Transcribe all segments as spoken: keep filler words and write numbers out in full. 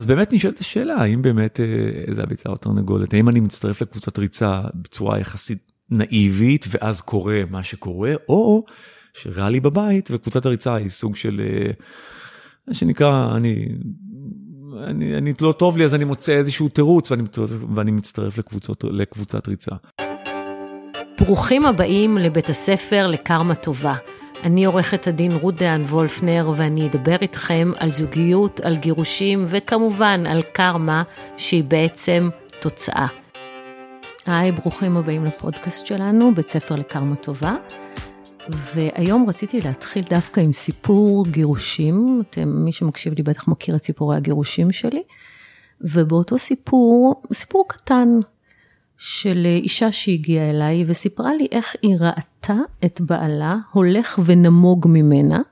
אז באמת נשאלת השאלה, האם באמת זה הביצה או תרנגולת, האם אני מצטרף לקבוצת ריצה בצורה יחסית נאיבית, ואז קורה מה שקורה, או שרע לי בבית, וקבוצת הריצה היא סוג של, מה שנקרא, אני, אני, אני לא טוב לי, אז אני מוצא איזשהו תירוץ, ואני, ואני מצטרף לקבוצות, לקבוצת ריצה. ברוכים הבאים לבית הספר לקרמה טובה. אני עורכת הדין רות דהן וולפנר, ואני אדבר איתכם על זוגיות, על גירושים, וכמובן על קרמה, שהיא בעצם תוצאה. היי, ברוכים הבאים לפודקאסט שלנו, בית ספר לקרמה טובה. והיום רציתי להתחיל דווקא עם סיפור גירושים. אתם, מי שמקשיב לי בטח מכיר את סיפורי הגירושים שלי. ובאותו סיפור, סיפור קטן, של אישה שהגיעה אליי, וסיפרה לי איך היא ראתה את בעלה, הולך ונמוג ממנה,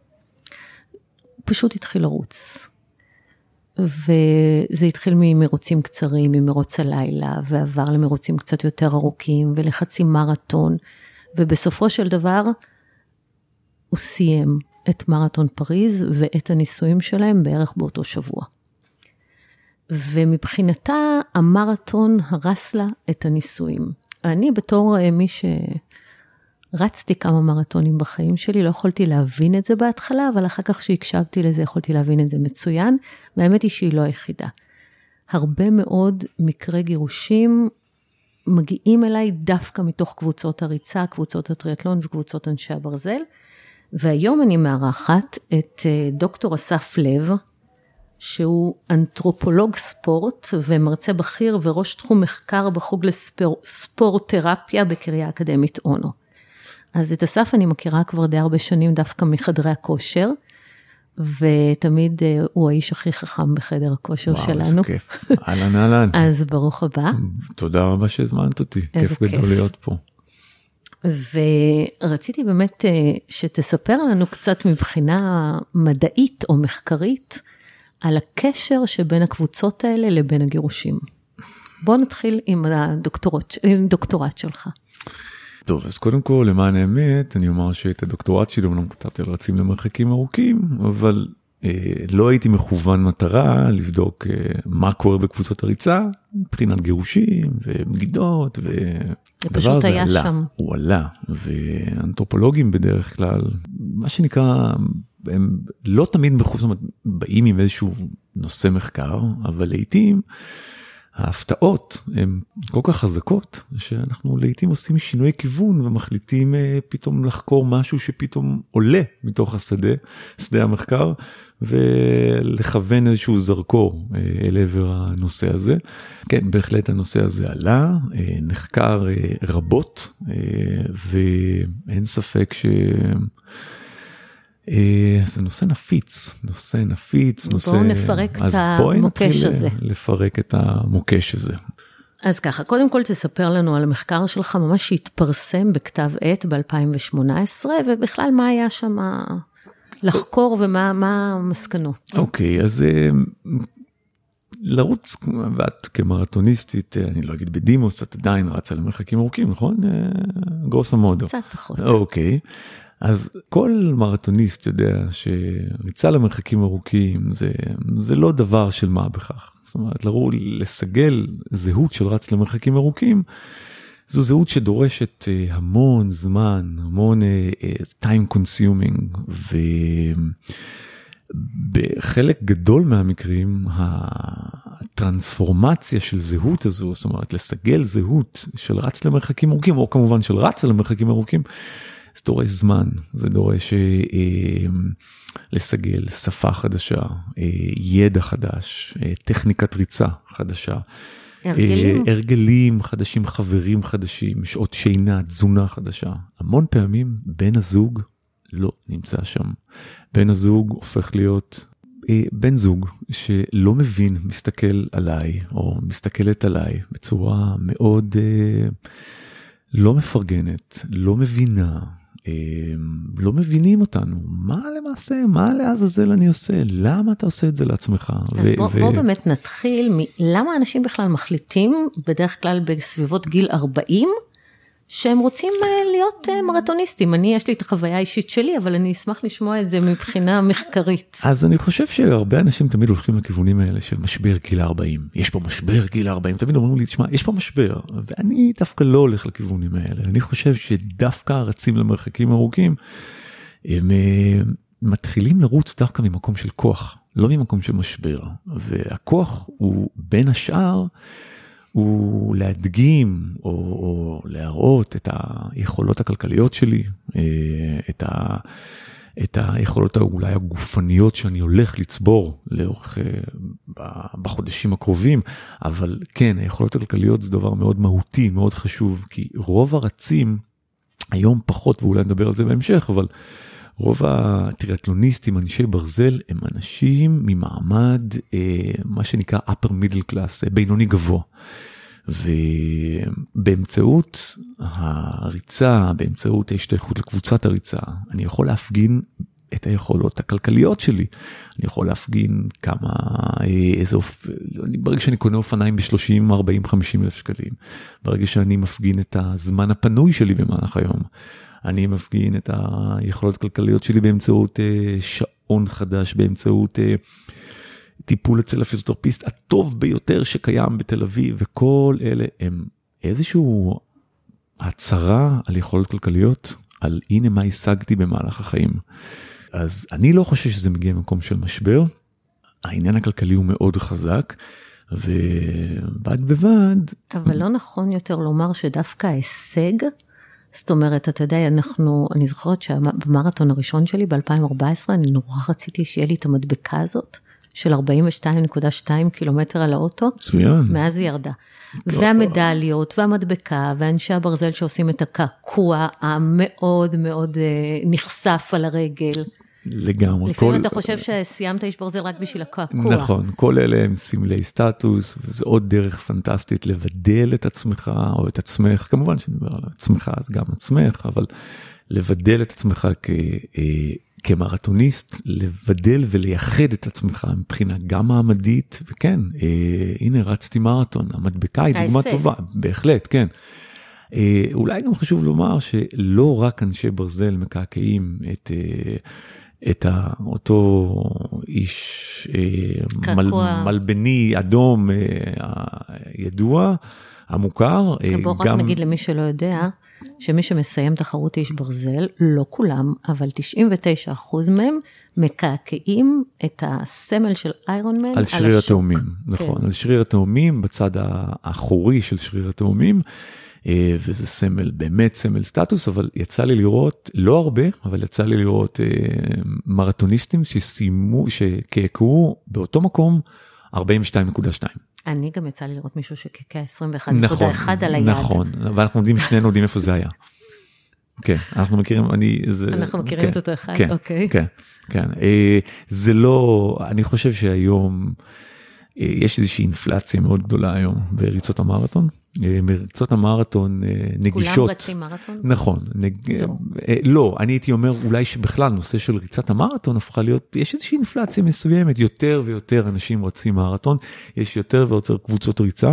פשוט התחיל לרוץ. וזה התחיל ממרוצים קצרים, ממרוץ הלילה, ועבר למרוצים קצת יותר ארוכים, ולחצי מרתון, ובסופו של דבר, הוא סיים את מרתון פריז, ואת הניסויים שלהם בערך באותו שבוע. ומבחינתה המרתון הרס לה את הניסויים. אני בתור מי שרצתי כמה מרתונים בחיים שלי, לא יכולתי להבין את זה בהתחלה, אבל אחר כך שהקשבתי לזה, יכולתי להבין את זה מצוין, והאמת היא שהיא לא היחידה. הרבה מאוד מקרי גירושים מגיעים אליי דווקא מתוך קבוצות הריצה, קבוצות הטריאטלון וקבוצות אנשי הברזל, והיום אני מארחת את דוקטור אסף לב, שהוא אנתרופולוג ספורט ומרצה בכיר וראש תחום מחקר בחוג לספורט תרפיה בקריה האקדמית אונו. אז את אסף אני מכירה כבר די הרבה שנים דווקא מחדרי הכושר, ותמיד הוא האיש הכי חכם בחדר הכושר וואו, שלנו. וואו, איזה כיף. אהלן, אהלן. אז ברוך הבא. תודה רבה שהזמנת אותי. כיף גדול כיף. להיות פה. ורציתי באמת שתספר לנו קצת מבחינה מדעית או מחקרית, על הקשר שבין הקבוצות האלה לבין הגירושים. בוא נתחיל עם הדוקטורט, עם דוקטורט שלך. טוב, אז קודם כל, למען האמת, אני אומר שאת הדוקטורט שלי, אומנם כתבתי על רצים למרחקים ארוכים, אבל אה, לא הייתי מכוון מטרה לבדוק אה, מה קורה בקבוצות הריצה, מבחינת גירושים ובגידות, ודבר הזה עלה. שם. הוא עלה, ואנתרופולוגים בדרך כלל, מה שנקרא, הם לא תמיד מחוץ, זאת אומרת, באים עם איזשהו נושא מחקר, אבל לעתים ההפתעות הן כל כך חזקות, שאנחנו לעתים עושים שינוי כיוון, ומחליטים פתאום לחקור משהו שפתאום עולה מתוך השדה, שדה המחקר, ולכוון איזשהו זרקור אל עבר הנושא הזה. כן, בהחלט הנושא הזה עלה, נחקר רבות, ואין ספק ש... זה נושא נפיץ, נושא נפיץ, נושא... בואו נפרק את המוקש הזה. לפרק את המוקש הזה. אז ככה, קודם כל תספר לנו על המחקר שלך, ממש שהתפרסם בכתב עת ב-אלפיים שמונה עשרה, ובכלל מה היה שם לחקור ומה המסקנות. אוקיי, אז לרוץ, ואת כמרתוניסטית, אני לא אגיד בדימוס, את עדיין רצה למרחקים ארוכים, נכון? גרוסו מודו. קצת פחות. אוקיי. אז כל מרתוניסט יודע שריצה למרחקים ארוכים זה, זה לא דבר של מה בכך. זאת אומרת, לרוא, לסגל זהות של רץ למרחקים ארוכים, זו זהות שדורשת המון זמן, המון time consuming, ובחלק גדול מהמקרים, הטרנספורמציה של זהות הזו, זאת אומרת, לסגל זהות של רץ למרחקים ארוכים, או כמובן של רץ למרחקים ארוכים, זה דורש זמן, זה דורש אה, לסגל שפה חדשה, אה, ידע חדש, אה, טכניקת ריצה חדשה. הרגלים. אה, הרגלים חדשים, חברים חדשים, שעות שינה, תזונה חדשה. המון פעמים בן הזוג לא נמצא שם. בן הזוג הופך להיות אה, בן זוג שלא מבין, מסתכל עליי, או מסתכלת עליי בצורה מאוד אה, לא מפרגנת, לא מבינה, לא מבינים אותנו, מה למעשה, מה לעזאזל אני עושה, למה אתה עושה את זה לעצמך? אז בוא, בוא באמת נתחיל, למה אנשים בכלל מחליטים, בדרך כלל בסביבות גיל ארבעים, שהם רוצים להיות מרתוניסטים. אני, יש לי את החוויה האישית שלי, אבל אני אשמח לשמוע את זה מבחינה מחקרית. אז אני חושב שהרבה אנשים תמיד הולכים לכיוונים האלה של משבר גיל ארבעים. יש פה משבר גיל ארבעים, תמיד אומרים לי, תשמע, יש פה משבר, ואני דווקא לא הולך לכיוונים האלה. אני חושב שדווקא רצים למרחקים ארוכים, הם מתחילים לרוץ דווקא ממקום של כוח, לא ממקום של משבר. והכוח הוא בין השאר, הוא להדגים או, או להראות את היכולות הכלכליות שלי, את, ה, את היכולות אולי הגופניות שאני הולך לצבור לאורך בחודשים הקרובים, אבל כן, היכולות הכלכליות זה דבר מאוד מהותי, מאוד חשוב, כי רוב הרצים, היום פחות, ואולי נדבר על זה בהמשך, אבל רוב הטריאטלוניסטים, אנשי ברזל, הם אנשים ממעמד, מה שנקרא upper middle class, בינוני גבוה. ובאמצעות הריצה, באמצעות ההשתייכות לקבוצת הריצה, אני יכול להפגין את היכולות הכלכליות שלי. אני יכול להפגין כמה, איזה, ברגע שאני קונה אופניים ב-שלושים, ארבעים, חמישים אלף שקלים, ברגע שאני מפגין את הזמן הפנוי שלי במהלך היום, אני מפגין את היכולות הכלכליות שלי באמצעות שעון חדש, באמצעות טיפול אצל הפיזיותרפיסט הטוב ביותר שקיים בתל אביב, וכל אלה הם איזשהו הצהרה על יכולות כלכליות, על הנה מה השגתי במהלך החיים. אז אני לא חושב שזה מגיע ממקום של משבר, העניין הכלכלי הוא מאוד חזק, ובד בבד... אבל לא נכון יותר לומר שדווקא ההישג, זאת אומרת, אתה יודע, אנחנו, אני זוכרת שבמרתון הראשון שלי ב-אלפיים וארבע עשרה, אני נורא רציתי שיהיה לי את המדבקה הזאת, של ארבעים ושתיים נקודה שתיים קילומטר על האוטו. מצוין. מאז היא ירדה. והמדליות והמדבקה ואנשי הברזל שעושים את הקעקוע המאוד מאוד נחשף על הרגל. לגמרי. לפעמים כל... אתה חושב שסיימת איש ברזל רק בשביל הקעקוע. נכון, כל אלה הם סמלי סטטוס, וזה עוד דרך פנטסטית לבדל את עצמך או את עצמך, כמובן שנדבר על עצמך אז גם עצמך, אבל לבדל את עצמך כ... כמרתוניסט, לבדל ולייחד את עצמך מבחינה גם מעמדית, וכן, אה, הנה רצתי מרתון, המדבקה היא דוגמה טובה, בהחלט, כן. אה, אולי גם חשוב לומר שלא רק אנשי ברזל מקעקעים את, אה, את ה, אותו איש אה, מל, מלבני אדום אה, הידוע, המוכר. אה, בוא גם... רק נגיד למי שלא יודע, שמי שמסיים תחרות איש ברזל, לא כולם, אבל תשעים ותשעה אחוז מהם מקעקעים את הסמל של איירון מן על שריר התאומים, נכון, על שריר התאומים, בצד האחורי של שריר התאומים, וזה סמל, באמת סמל סטטוס, אבל יצא לי לראות, לא הרבה, אבל יצא לי לראות מרתוניסטים שסיימו, שקעקעו באותו מקום ארבעים ושתיים נקודה שתיים. אני גם יצא לי לראות מישהו שקעקע עשרים ואחת נקודה אחת על היד. נכון, ואנחנו יודעים, שנינו יודעים איפה זה היה. כן, אנחנו מכירים, אני... אנחנו מכירים את אותו אחד, אוקיי. כן, כן. זה לא, אני חושב שהיום, יש איזושהי אינפלציה מאוד גדולה היום בריצות המרתון. מריצות המרתון נגישות. כולם רצים מרתון? נכון. לא, אני הייתי אומר אולי שבכלל נושא של ריצת המרתון הפכה להיות, יש איזושהי אינפלציה מסוימת, יותר ויותר אנשים רצים מרתון, יש יותר ויותר קבוצות ריצה.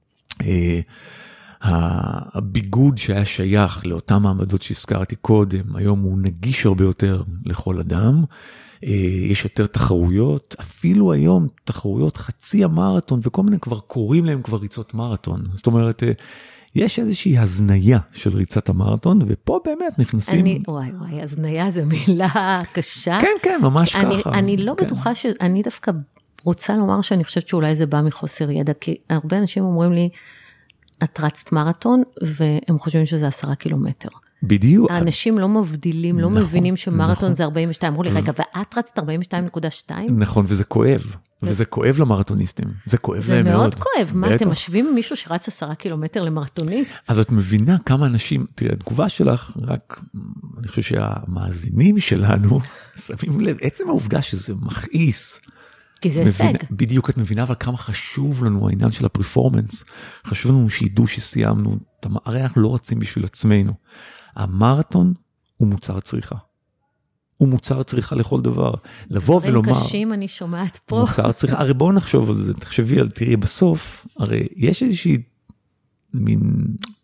הביגוד שהיה שייך לאותם מעמדות שהזכרתי קודם, היום הוא נגיש הרבה יותר לכל אדם, יש יותר תחרויות, אפילו היום תחרויות חצי המרתון, וכל מיני כבר קוראים להם כבר ריצות מרתון, זאת אומרת, יש איזושהי הזניה של ריצת המרתון, ופה באמת נכנסים... אני, וואי וואי, הזניה זה מילה קשה. כן, כן, ממש אני, ככה. אני לא כן. בטוחה שאני דווקא רוצה לומר שאני חושבת שאולי זה בא מחוסר ידע, כי הרבה אנשים אומרים לי, את רצת מרתון, והם חושבים שזה עשרה קילומטר. בדיוק. האנשים לא מבדילים, לא נכון, מבינים שמרתון נכון. זה ארבעים ושתיים. אמרו לי, רגע, ואת רצת ארבעים ושתיים נקודה שתיים? נכון, וזה כואב. ו... וזה כואב למרתוניסטים. זה כואב להם מאוד. זה מאוד כואב. מה, אתם משווים מישהו שרץ עשרה קילומטר למרתוניסט? אז את מבינה כמה אנשים, תראי, התגובה שלך, רק, אני חושב שהמאזינים שלנו, שמים לב, עצם העובדה שזה מכעיס, כי זה הישג. בדיוק את מבינה, אבל כמה חשוב לנו העניין של הפרפורמנס. חשוב לנו שידעו שסיימנו. הרי אנחנו לא רצים בשביל עצמנו. המרתון הוא מוצר צריכה. הוא מוצר צריכה לכל דבר. לבוא ולומר... דברים קשים אני שומעת פה. מוצר צריכה. הרי בואו נחשוב על זה. תחשבי על, תראי, בסוף, הרי יש איזושהי מין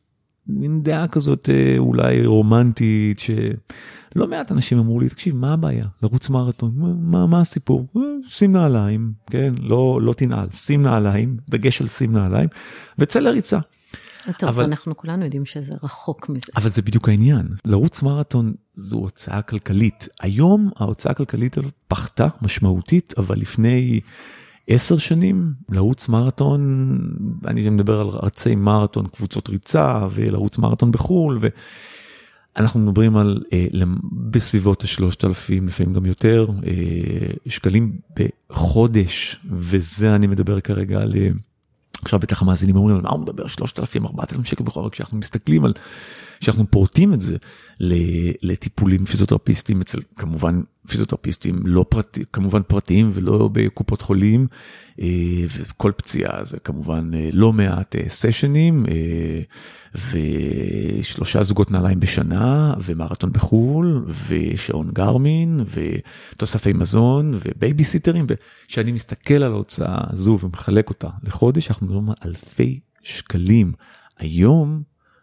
מין דעה כזאת אולי רומנטית, שלא מעט אנשים אמרו לי, תקשיב, מה הבעיה? לרוץ מרתון, מה, מה, מה הסיפור? שים נעליים, כן? לא, לא תנעל, שים נעליים, דגש על שים נעליים, וצא לריצה. טוב, אבל, אנחנו כולנו יודעים שזה רחוק מזה. אבל זה בדיוק העניין. לרוץ מרתון זו הוצאה כלכלית. היום ההוצאה הכלכלית פחתה משמעותית, אבל לפני עשר שנים, לרוץ מרתון, אני מדבר על רצי מרתון, קבוצות ריצה, ולרוץ מרתון בחול, ואנחנו מדברים על אה, בסביבות השלושת אלפים, לפעמים גם יותר, אה, שקלים בחודש, וזה אני מדבר כרגע על... עכשיו בטח המאזינים אומרים, על מה הוא מדבר? שלושת אלפים, ארבעת אלפים שקל בחודש, כשאנחנו מסתכלים על, כשאנחנו פורטים את זה לטיפולים פיזיותרפיסטיים, אצל כמובן פיזיותרפיסטים לא פרטי, כמובן פרטיים ולא בקופות חולים, וכל פציעה זה כמובן לא מעט סשנים, ושלושה זוגות נעליים בשנה, ומרתון בחול, ושעון גרמין, ותוספי מזון, ובייביסיטרים, ושאני מסתכל על ההוצאה הזו ומחלק אותה לחודש, אנחנו מדברים על אלפי שקלים. היום,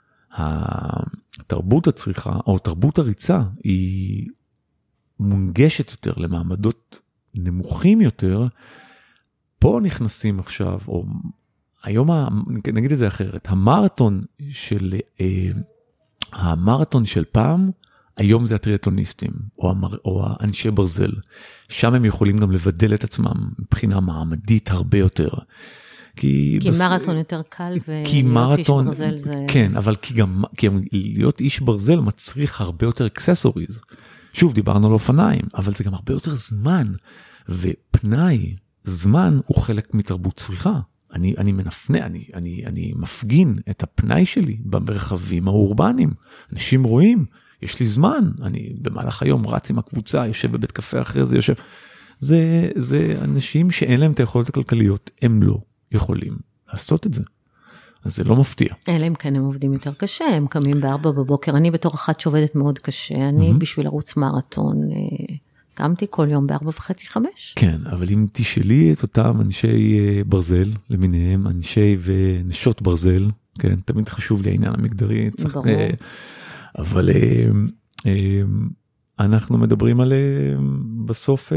התרבות הצריכה, או תרבות הריצה, היא מונגשת יותר למעמדות נמוכים יותר. פה נכנסים עכשיו, או היום, נגיד את זה אחרת, המרתון של, המרתון של פעם, היום זה הטריאטלוניסטים, או, המר, או האנשי ברזל. שם הם יכולים גם לבדל את עצמם, מבחינה מעמדית הרבה יותר. כי, כי בס... מרתון יותר קל, ולהיות איש ברזל זה... כן, אבל כי גם, כי להיות איש ברזל מצריך הרבה יותר אקססוריז. שוב, דיברנו על אופניים, אבל זה גם הרבה יותר זמן, ופנאי, זמן הוא חלק מתרבות צריכה. אני, אני מנפנה, אני, אני, אני מפגין את הפנאי שלי במרחבים האורבניים. אנשים רואים, יש לי זמן, אני במהלך היום רץ עם הקבוצה, יושב בבית קפה אחרי זה, יושב... זה, זה אנשים שאין להם את היכולות הכלכליות, הם לא יכולים לעשות את זה. אז זה לא מפתיע. אלא אם כן הם עובדים יותר קשה, הם קמים בארבע בבוקר, אני בתור אחת שעובדת מאוד קשה, אני mm-hmm. בשביל לרוץ מרתון, קמתי כל יום בארבע וחצי חמש. כן, אבל אם תשאלי את אותם אנשי ברזל, למיניהם, אנשי ונשות ברזל, כן, תמיד חשוב לי העניין המגדרי, צריך, אבל אנחנו מדברים על בסוף,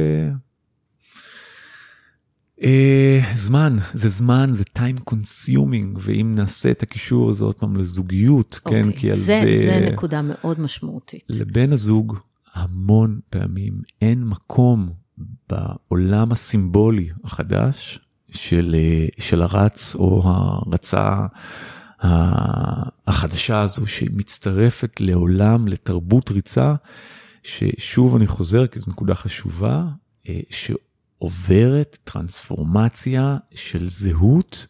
זמן, זה זמן, זה time consuming, ואם נעשה את הקישור הזה עוד פעם לזוגיות, כן, כי על זה... זה נקודה מאוד משמעותית. לבן הזוג, המון פעמים אין מקום בעולם הסימבולי החדש של, של הרץ או הרצה החדשה הזו שמצטרפת לעולם, לתרבות ריצה, ששוב אני חוזר, כי זו נקודה חשובה, שעוברת טרנספורמציה של זהות,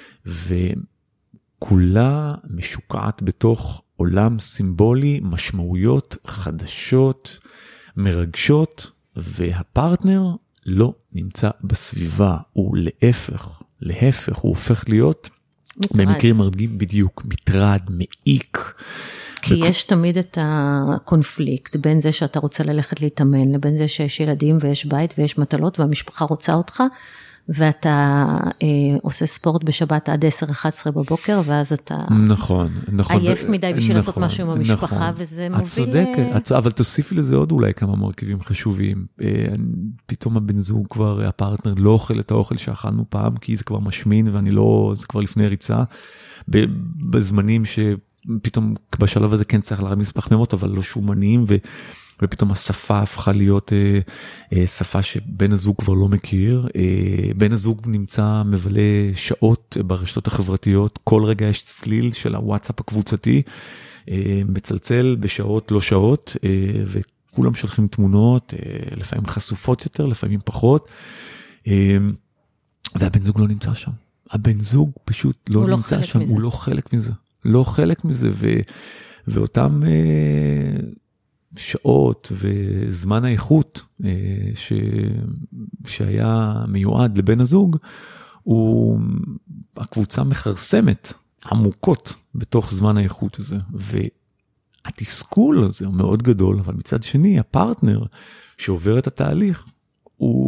וכולה משוקעת בתוך עולם סימבולי, משמעויות חדשות, מרגשות, והפרטנר לא נמצא בסביבה, הוא להפך, להפך, הוא הופך להיות, מטרד. במקרים רבים בדיוק, מטרד, מעיק. כי בכ... יש תמיד את הקונפליקט, בין זה שאתה רוצה ללכת להתאמן, לבין זה שיש ילדים ויש בית ויש מטלות, והמשפחה רוצה אותך, ואתה אה, עושה ספורט בשבת עד עשר אחת עשרה בבוקר, ואז אתה נכון, נכון, עייף ו... מדי בשביל נכון, לעשות משהו עם המשפחה, נכון. וזה מוביל... את צודקת, את... אבל תוסיפי לזה עוד אולי כמה מרכיבים חשובים. אה, פתאום הבן זוג כבר, הפרטנר לא אוכל את האוכל שאכלנו פעם, כי זה כבר משמין, ואני לא, זה כבר לפני ריצה, בזמנים שפתאום בשלב הזה כן צריך להרמיס פחמימות, אבל לא שומנים, ו... ופתאום השפה הפכה להיות אה, אה, שפה שבן הזוג כבר לא מכיר, אה, בן הזוג נמצא מבלה שעות ברשתות החברתיות, כל רגע יש צליל של הוואטסאפ הקבוצתי, אה, מצלצל בשעות לא שעות, אה, וכולם שולחים תמונות, אה, לפעמים חשופות יותר, לפעמים פחות, אה, והבן זוג לא נמצא שם, הבן זוג פשוט לא נמצא לא שם, מזה. הוא לא חלק מזה, לא חלק מזה, ו, ואותם... אה, שעות וזמן האיכות ש... שהיה מיועד לבן הזוג, הוא, הקבוצה מחרסמת עמוקות בתוך זמן האיכות הזה, והתסכול הזה הוא מאוד גדול, אבל מצד שני, הפרטנר שעובר את התהליך,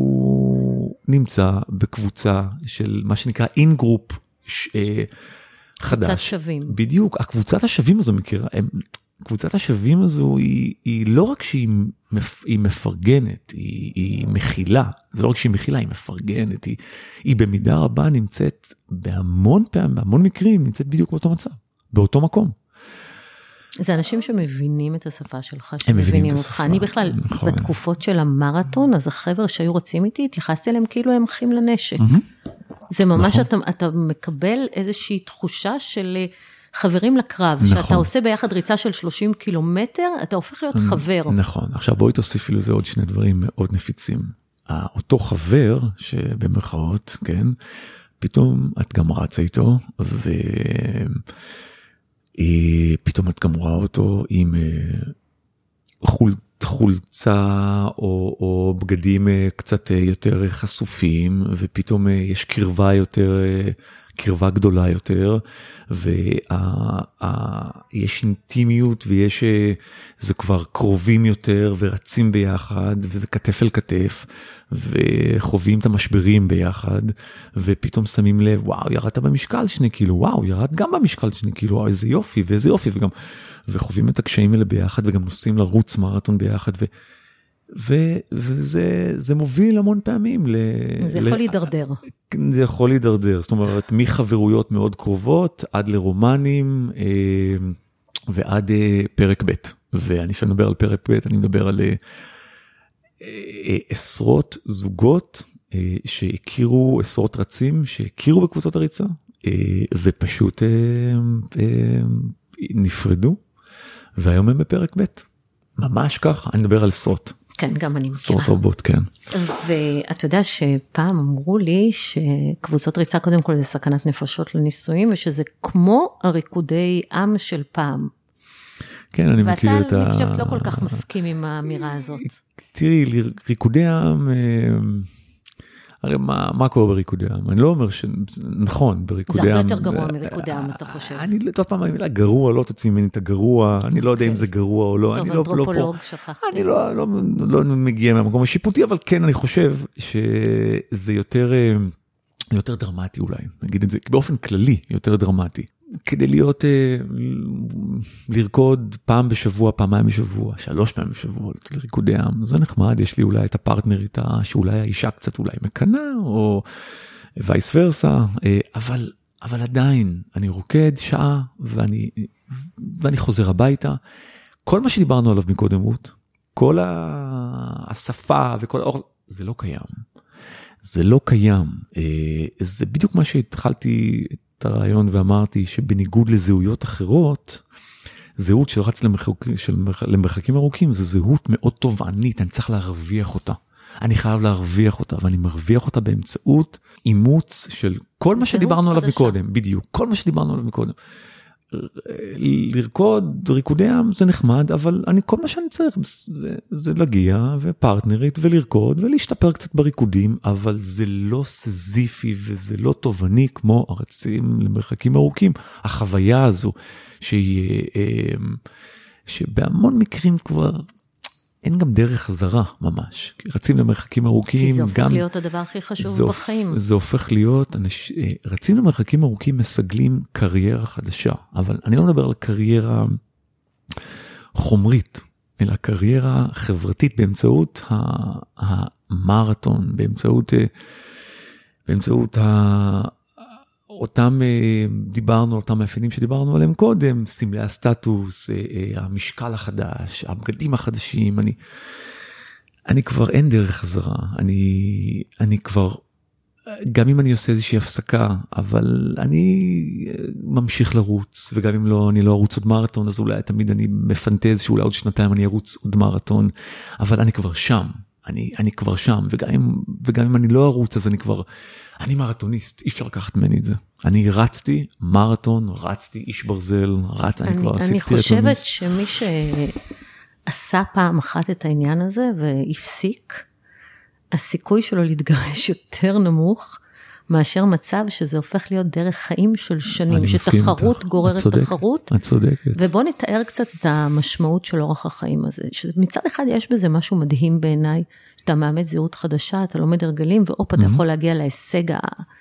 הוא נמצא בקבוצה של מה שנקרא in-group, חדש. קבוצת שווים. בדיוק, הקבוצת השווים הזו מכירה, הם, קבוצת השווים הזו היא, היא לא רק שהיא מפ, היא מפרגנת, היא, היא מכילה, זה לא רק שהיא מכילה, היא מפרגנת, היא, היא במידה רבה נמצאת בהמון פעמים, בהמון מקרים, נמצאת בדיוק באותו מצב, באותו מקום. זה אנשים שמבינים את השפה שלך, שמבינים אותך. אני בכלל, נכון. בתקופות של המרתון, אז החבר שהיו רוצים איתי, התייחסתי אליהם כאילו הם אחים לנשק. Mm-hmm. זה ממש, נכון. אתה, אתה מקבל איזושהי תחושה של חברים לקרב, נכון. שאתה עושה ביחד ריצה של שלושים קילומטר, אתה הופך להיות חבר. נכון, עכשיו בואי תוסיפי לזה עוד שני דברים מאוד נפיצים. אותו חבר, שבמרכאות, כן, פתאום את גם רצה איתו, ו... פתאום את גם רואה אותו עם חול, חולצה או, או בגדים קצת יותר חשופים, ופתאום יש קרבה יותר, קרבה גדולה יותר, ויש אינטימיות ויש, זה כבר קרובים יותר ורצים ביחד, וזה כתף אל כתף, וחווים את המשברים ביחד, ופתאום שמים לב, וואו, ירדת במשקל שני קילו, וואו, ירד גם במשקל שני קילו, וואו, איזה יופי, ואיזה יופי, וגם, וחווים את הקשיים האלה ביחד, וגם נוסעים לרוץ מרתון ביחד, ו, ו, וזה, זה מוביל המון פעמים ל... זה יכול להידרדר. זה יכול להידרדר, זאת אומרת, מחברויות מאוד קרובות, עד לרומנים, ועד פרק ב', ואני שנדבר על פרק ב', אני מדבר על... עשרות זוגות שהכירו, עשרות רצים שהכירו בקבוצות הריצה, ופשוט נפרדו, והיום הם בפרק ב'. ממש ככה, אני מדבר על עשרות. כן, גם אני מכירה. עשרות רבות, כן. ואת יודע שפעם אמרו לי שקבוצות ריצה קודם כל זה סכנת נפשות לניסויים, ושזה כמו הריקודי עם של פעם. כן, אני מכיר את ה... ואתה, אני חושבת, לא כל כך מסכים עם האמירה הזאת. תראי, ריקודי עם, הרי מה, מה קורה בריקודי עם? אני לא אומר ש... נכון, בריקודי עם... זה הרבה יותר גרוע מריקודי עם, אתה חושב. אני, טוב פעם, המילה גרוע, לא תוציא ממני את הגרוע, אני לא יודע אם זה גרוע או לא. טוב, אנתרופולוג שכחתי. אני לא, לא, לא מגיע מהמקום השיפוטי, אבל כן, אני חושב שזה יותר, יותר דרמטי אולי, נגיד את זה, באופן כללי, יותר דרמטי. כדי להיות, לרקוד פעם בשבוע, פעמיים בשבוע, שלוש פעמים בשבוע, לריקודי עם, זה נחמד, יש לי אולי את הפרטנרית, שאולי האישה קצת אולי מקנה, או וייס ורסה, אבל, אבל עדיין, אני רוקד שעה, ואני, ואני חוזר הביתה, כל מה שדיברנו עליו מקודמות, כל השפה וכל האוכל, זה לא קיים. זה לא קיים. זה בדיוק מה שהתחלתי את הרעיון ואמרתי שבניגוד לזהויות אחרות, זהות של רץ למרחק, של למרחקים ארוכים, זו זהות מאוד תובענית, אני צריך להרוויח אותה. אני חייב להרוויח אותה, ואני מרוויח אותה באמצעות אימוץ של כל מה שדיברנו עליו מקודם, בדיוק, כל מה שדיברנו עליו מקודם. לרקוד, ריקודי עם זה נחמד, אבל אני, כל מה שאני צריך זה, זה להגיע ופרטנרית ולרקוד ולהשתפר קצת בריקודים, אבל זה לא סזיפי וזה לא תובעני כמו הרצים למרחקים ארוכים. החוויה הזו שהיא, שבהמון מקרים כבר אין גם דרך חזרה ממש. רצים למרחקים ארוכים. כי זה הופך גם, להיות הדבר הכי חשוב זה בחיים. זה הופך להיות, אנש, רצים למרחקים ארוכים מסגלים קריירה חדשה, אבל אני לא מדבר על קריירה חומרית, אלא קריירה חברתית באמצעות המרתון, באמצעות, באמצעות ה... אותם דיברנו, אותם מאפיינים שדיברנו עליהם קודם, סמלי הסטטוס, המשקל החדש, הבגדים החדשים, אני, אני כבר אין דרך חזרה, אני, אני כבר, גם אם אני עושה איזושהי הפסקה, אבל אני ממשיך לרוץ, וגם אם לא, אני לא ארוץ עוד מרתון, אז אולי תמיד אני מפנטז שאולי עוד שנתיים אני ארוץ עוד מרתון, אבל אני כבר שם, אני, אני כבר שם, וגם אם, וגם אם אני לא ארוץ, אז אני כבר, אני מרתוניסט, אי אפשר לקחת ממני את זה. אני רצתי מרתון, רצתי איש ברזל, רצתי, אני, אני כבר עשיתי טריאטלוניסט. אני חושבת שמי שעשה פעם אחת את העניין הזה והפסיק, הסיכוי שלו להתגרש יותר נמוך, מאשר מצב שזה הופך להיות דרך חיים של שנים, שתחרות גוררת תחרות. את צודקת. ובוא נתאר קצת את המשמעות של אורח החיים הזה, שמצד אחד יש בזה משהו מדהים בעיניי, שאתה מאמץ זהות חדשה, אתה לומד הרגלים, ואופ, אתה יכול להגיע להישג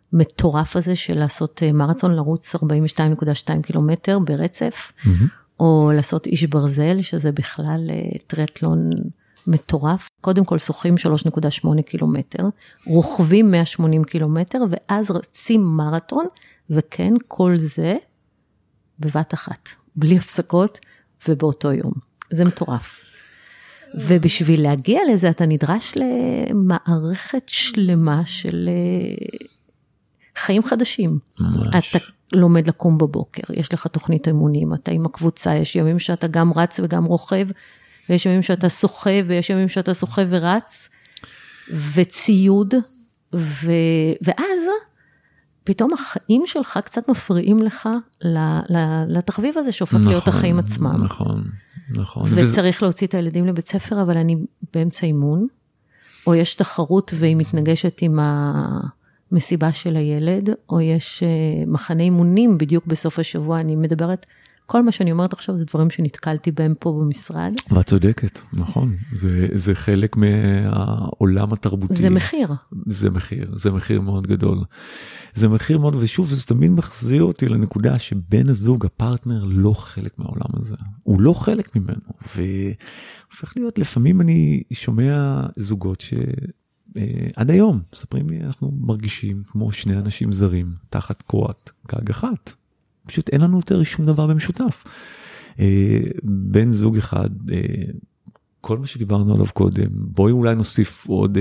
המטורף הזה של לעשות מרתון, לרוץ ארבעים ושתיים נקודה שתיים קילומטר ברצף, mm-hmm. או לעשות איש ברזל, שזה בכלל טריאטלון מטורף. קודם כל שוחים שלוש נקודה שמונה קילומטר, רוכבים מאה ושמונים קילומטר, ואז רצים מרתון, וכן, כל זה בבת אחת, בלי הפסקות, ובאותו יום. זה מטורף. ובשביל להגיע לזה, אתה נדרש למערכת שלמה של חיים חדשים. ממש. אתה לומד לקום בבוקר, יש לך תוכנית אמונים, אתה עם הקבוצה, יש ימים שאתה גם רץ וגם רוכב, ויש ימים שאתה שוחה, ויש ימים שאתה שוחה ורץ, וציוד, ו... ואז פתאום החיים שלך קצת מפריעים לך לתחביב הזה, שהופך נכון, להיות החיים עצמם. נכון, נכון. וצריך וזה... להוציא את הילדים לבית ספר, אבל אני באמצע אימון, או יש תחרות והיא מתנגשת עם המסיבה של הילד, או יש מחנה אימונים בדיוק בסוף השבוע, אני מדברת, כל מה שאני אומרת עכשיו זה דברים שנתקלתי בהם פה במשרד. ואת צודקת, נכון. זה, זה חלק מהעולם התרבותי. זה מחיר. זה מחיר, זה מחיר מאוד גדול. זה מחיר מאוד, ושוב, זה תמיד מחזיר אותי לנקודה שבן הזוג, הפרטנר, לא חלק מהעולם הזה. הוא לא חלק ממנו. והופך להיות, לפעמים אני שומע זוגות שעד היום, מספרים לי, אנחנו מרגישים כמו שני אנשים זרים, תחת קורת גג אחת. פשוט אין לנו יותר שום דבר במשותף. בן זוג אחד, כל מה שדיברנו עליו קודם, בואי אולי נוסיף עוד,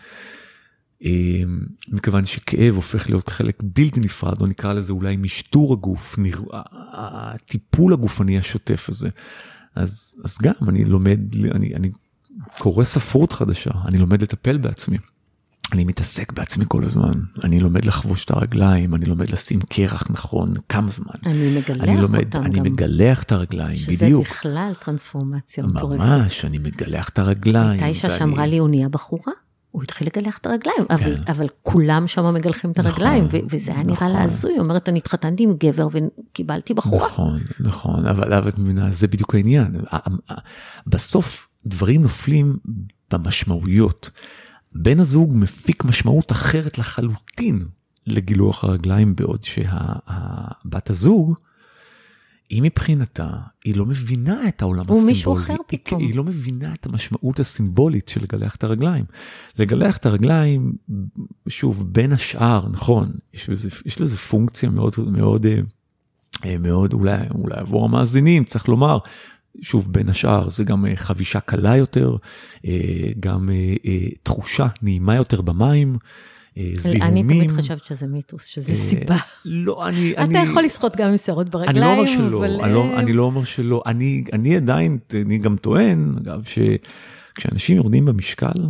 מכיוון שכאב הופך להיות חלק בלתי נפרד, או נקרא לזה אולי משטור הגוף, הטיפול הגופני השוטף הזה. אז, אז גם אני לומד, אני, אני קורא ספרות חדשה, אני לומד לטפל בעצמי. אני מתעסק בעצמי כל הזמן, אני לומד לחבוש את הרגליים, אני לומד לשים קרח נכון, כמה זמן. אני מגלח אני לומד, אותם אני גם. אני מגלח את הרגליים, שזה בדיוק. שזה בכלל טרנספורמציה מטורפת. ממש, אני מגלח את הרגליים. הייתה אישה ואני... שאמרה לי, הוא נהיה בחורה, הוא התחיל לגלח את הרגליים, כן. אבל, אבל כולם שם מגלחים את הרגליים, נכון, ו- וזה היה נראה נכון. להזוי, היא אומרת, אני התחתנתי עם גבר וקיבלתי בחורה. נכון, נכון, אבל, אבל זה בדיוק העניין. בסוף דברים נופלים במשמעויות. בן הזוג מפיק משמעות אחרת לחלוטין לגילוח הרגליים, בעוד שהבת הזוג, היא מבחינתה, היא לא מבינה את העולם הסימבולי. הוא מישהו אחר פתאום. היא, היא לא מבינה את המשמעות הסימבולית של לגלח את הרגליים. לגלח את הרגליים, שוב, בין השאר, נכון, יש לזה, יש לזה פונקציה מאוד, מאוד, מאוד, אולי, אולי עבור המאזינים, צריך לומר, שוב, בין השאר, זה גם חבישה קלה יותר, גם תחושה נעימה יותר במים, זיהומים. אני תמיד חשבת שזה מיתוס, שזה סיבה. לא, אני... אתה יכול לשחות גם עם שערות ברגליים, אני לא אומר שלא, אני לא אומר שלא. אני עדיין, אני גם טוען, אגב, שכשאנשים יורדים במשקל,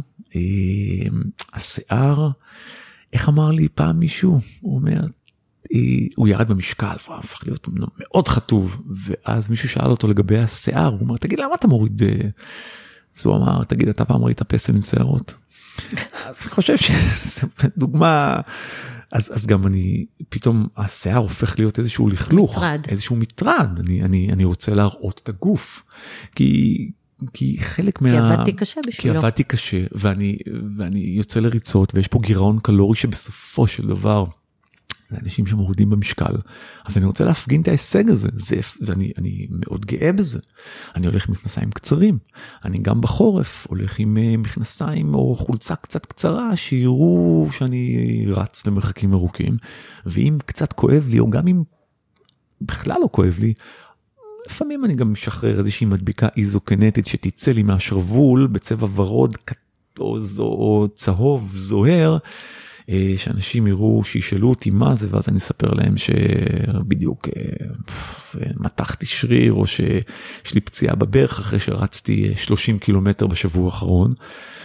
השיער, איך אמר לי פעם מישהו? הוא אומר, הוא ירד במשקל, והוא הפך להיות מאוד חטוב, ואז מישהו שאל אותו לגבי השיער, הוא אומר, תגיד, למה אתה מוריד? אז הוא אמר, תגיד, אתה פעם ראית פסל עם שערות? אז אני חושב שזו דוגמה, אז, אז גם אני, פתאום השיער הופך להיות איזשהו לכלוך, מטרד. איזשהו מטרד, אני, אני, אני רוצה להראות את הגוף, כי, כי חלק מה... כי עבדתי קשה בשבילו. כי עבדתי קשה, ואני, ואני יוצא לריצות, ויש פה גירעון קלורי שבסופו של דבר, זה אנשים שמורידים במשקל, אז אני רוצה להפגין את ההישג הזה, זה, ואני אני מאוד גאה בזה. אני הולך עם מכנסיים קצרים, אני גם בחורף הולך עם מכנסיים או חולצה קצת קצרה, שיראו שאני רץ למרחקים ארוכים, ואם קצת כואב לי, או גם אם בכלל לא כואב לי, לפעמים אני גם משחרר איזושהי מדביקה איזוקינטית, שתצא לי מהשרוול בצבע ורוד, או, או צהוב, זוהר, שאנשים יראו, שישאלו אותי מה זה, ואז אני אספר להם שבדיוק מתחתי שריר, או שיש לי פציעה בברך, אחרי שרצתי שלושים קילומטר בשבוע האחרון.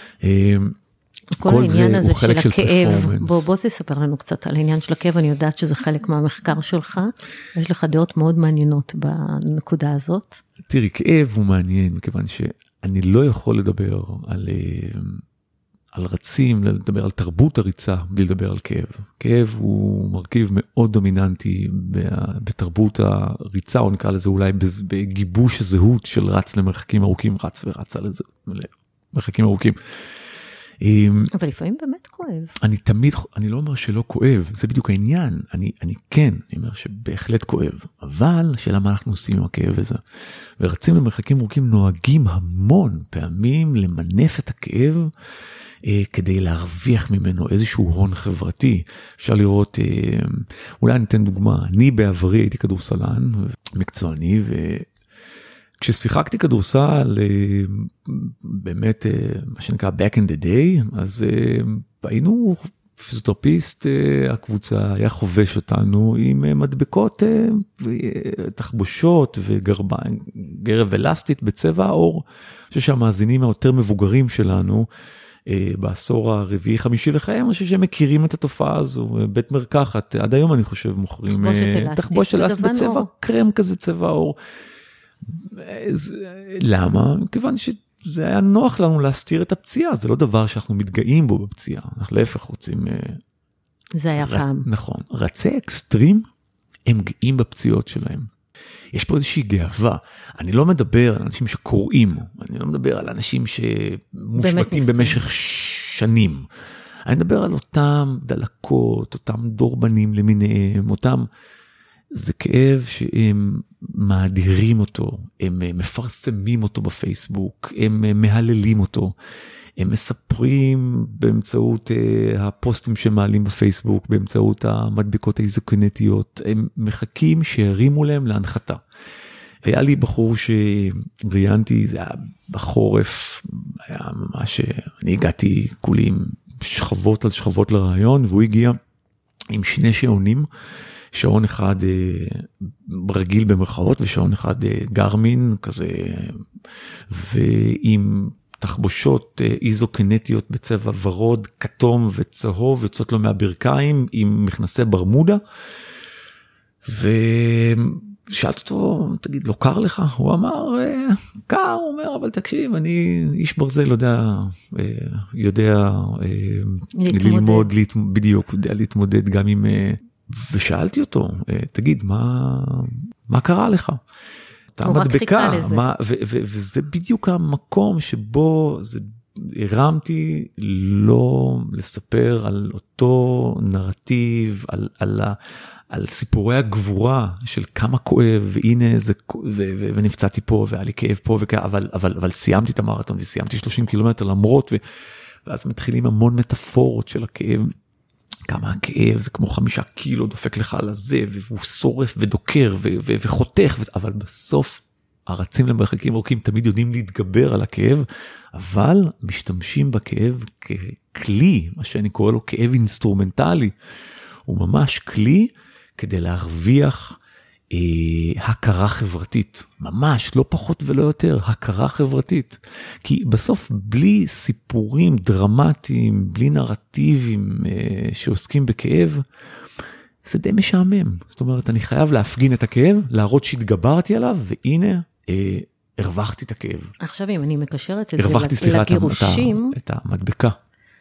כל העניין הזה של הכאב, בוא, בוא תספר לנו קצת על העניין של הכאב, אני יודעת שזה חלק מהמחקר שלך, יש לך דעות מאוד מעניינות בנקודה הזאת. תראי, כאב הוא מעניין, מכיוון שאני לא יכול לדבר על... על רצים, לדבר על תרבות הריצה, בלי לדבר על כאב. כאב הוא מרכיב מאוד דומיננטי בתרבות הריצה, או נקרא לזה אולי בגיבוש הזהות של רץ למרחקים ארוכים, רץ ורץ על איזה מרחקים ארוכים. אבל לפעמים באמת כואב. אני תמיד, אני לא אומר שלא כואב, זה בדיוק העניין. אני, אני כן, אני אומר שבהחלט כואב, אבל השאלה מה אנחנו עושים עם הכאב הזה. ורצים למרחקים ארוכים נוהגים המון פעמים למנף את הכאב, אה, כדי להרוויח ממנו איזשהו הון חברתי. אפשר לראות, אה, אולי אני אתן דוגמה, אני בעברי הייתי כדורסלן, מקצועני, ו... כששיחקתי כדורסל, באמת, מה שנקרא back in the day, אז היינו פיזיותרפיסט, הקבוצה היה חובש אותנו עם מדבקות, תחבושות וגרביים, גרב אלסטית בצבע האור. אני חושב שהמאזינים היותר מבוגרים שלנו, בעשור הרביעי חמישי לחיים, אני חושב שהם מכירים את התופעה הזו, בית מרקחת, עד היום אני חושב מוכרים תחבושת אלסטית בצבע קרם כזה צבע האור. למה? כיוון שזה היה נוח לנו להסתיר את הפציעה, זה לא דבר שאנחנו מתגאים בו בפציעה, אנחנו להפך רוצים... זה היה פעם. נכון, רצי אקסטרים הם גאים בפציעות שלהם. יש פה איזושהי גאווה, אני לא מדבר על אנשים שקוראים, אני לא מדבר על אנשים שמושמטים במשך שנים, אני מדבר על אותם דלקות, אותם דורבנים למיניהם, אותם... זה כאב שהם מאדירים אותו, הם מפרסמים אותו בפייסבוק, הם מהללים אותו, הם מספרים באמצעות הפוסטים שמעלים בפייסבוק, באמצעות המדבקות האיזוקינטיות, הם מחכים שירימו להם להנחתה. היה לי בחור שראיינתי, זה היה בחורף, היה ממש, אני הגעתי כולי עם שכבות על שכבות לרעיון, והוא הגיע עם שני שעונים, שעון אחד רגיל במרכאות, ושעון אחד גרמין כזה, ועם תחבושות איזוקינטיות בצבע ורוד, כתום וצהוב, יוצאות לו מהברכיים, עם מכנסי ברמודה, ושאלת אותו, תגיד, לא קר לך? הוא אמר, קר, הוא אומר, אבל תקשיב, אני איש ברזל, יודע, יודע ללמוד, בדיוק, יודע להתמודד גם עם... ושאלתי אותו, תגיד, מה, מה קרה לך? אתה מדבקה, מה, ו, ו, וזה בדיוק המקום שבו זה, הרמתי לא לספר על אותו נרטיב, על, על, על סיפורי הגבורה של כמה כואב, והנה זה, ו, ו, ונפצעתי פה, והיה לי כאב פה, וכאב, אבל, אבל, אבל סיימתי את המרתון, וסיימתי שלושים קילומטר למרות, ו, ואז מתחילים המון מטאפורות של הכאב, כמה הכאב, זה כמו חמישה קילו דופק לך על הזה, והוא שורף ודוקר ו- ו- וחותך, אבל בסוף הרצים למרחקים ארוכים תמיד יודעים להתגבר על הכאב, אבל משתמשים בכאב ככלי, מה שאני קורא לו כאב אינסטרומנטלי, הוא ממש כלי כדי להרוויח אה, הכרה חברתית, ממש לא פחות ולא יותר, הכרה חברתית, כי בסוף בלי סיפורים דרמטיים, בלי נרטיבים אה, שעוסקים בכאב, זה די משעמם, זאת אומרת אני חייב להפגין את הכאב, להראות שהתגברתי עליו, והנה אה, הרווחתי את הכאב. עכשיו אם אני מקשרת את הרווחתי, זה סליחה, לגירושים, את המדבקה,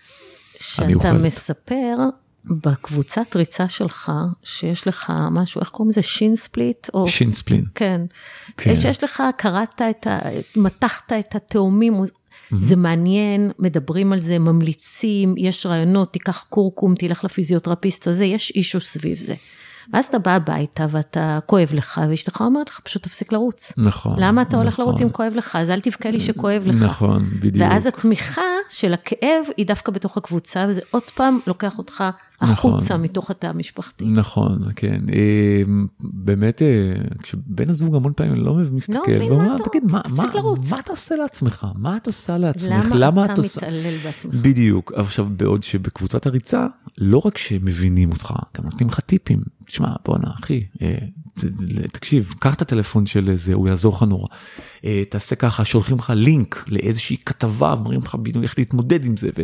שאתה המיוחדת. מספר, בקבוצת ריצה שלך, שיש לך משהו, איך קוראים לזה? שין ספליט? או... שין ספלין. כן. כן. שיש לך, קראת את ה... מתחת את התאומים, mm-hmm. זה מעניין, מדברים על זה, ממליצים, יש רעיונות, תיקח קורקום, תלך לפיזיותרפיסט הזה, יש אישו סביב זה. ואז אתה בא הביתה ואתה כואב לך, ואשתך אומרת לך, פשוט תפסיק לרוץ. נכון. למה אתה הולך נכון. לרוץ אם כואב לך? אז אל תבכה לי שכואב לך. נכון, בדיוק. ואז התמיכה של הכאב היא דווקא בתוך הקבוצה, וזה עוד פעם לוקח אותך החוצה נכון. מתוך התא המשפחתי. נכון, כן. באמת, כשבן הזוג המון פעמים לא מסתכל, לא, ואומר, תגיד, מה, תפסיק מה, לרוץ. מה אתה עושה לעצמך? מה אתה עושה לעצמך? למה, למה אתה אתה עושה... מתעלל בעצמך? בדיוק. עכשיו, בעוד שבקבוצת הריצה, לא רק שמבינים אותך, גם נותנים לך טיפים. תשמע, בוא נה, אחי, תקשיב, קח את הטלפון של זה, הוא יעזור לך נורא. תעשה ככה, שולחים לך לינק לאיזושהי כתבה, מראים לך בדיוק איך להתמודד עם זה,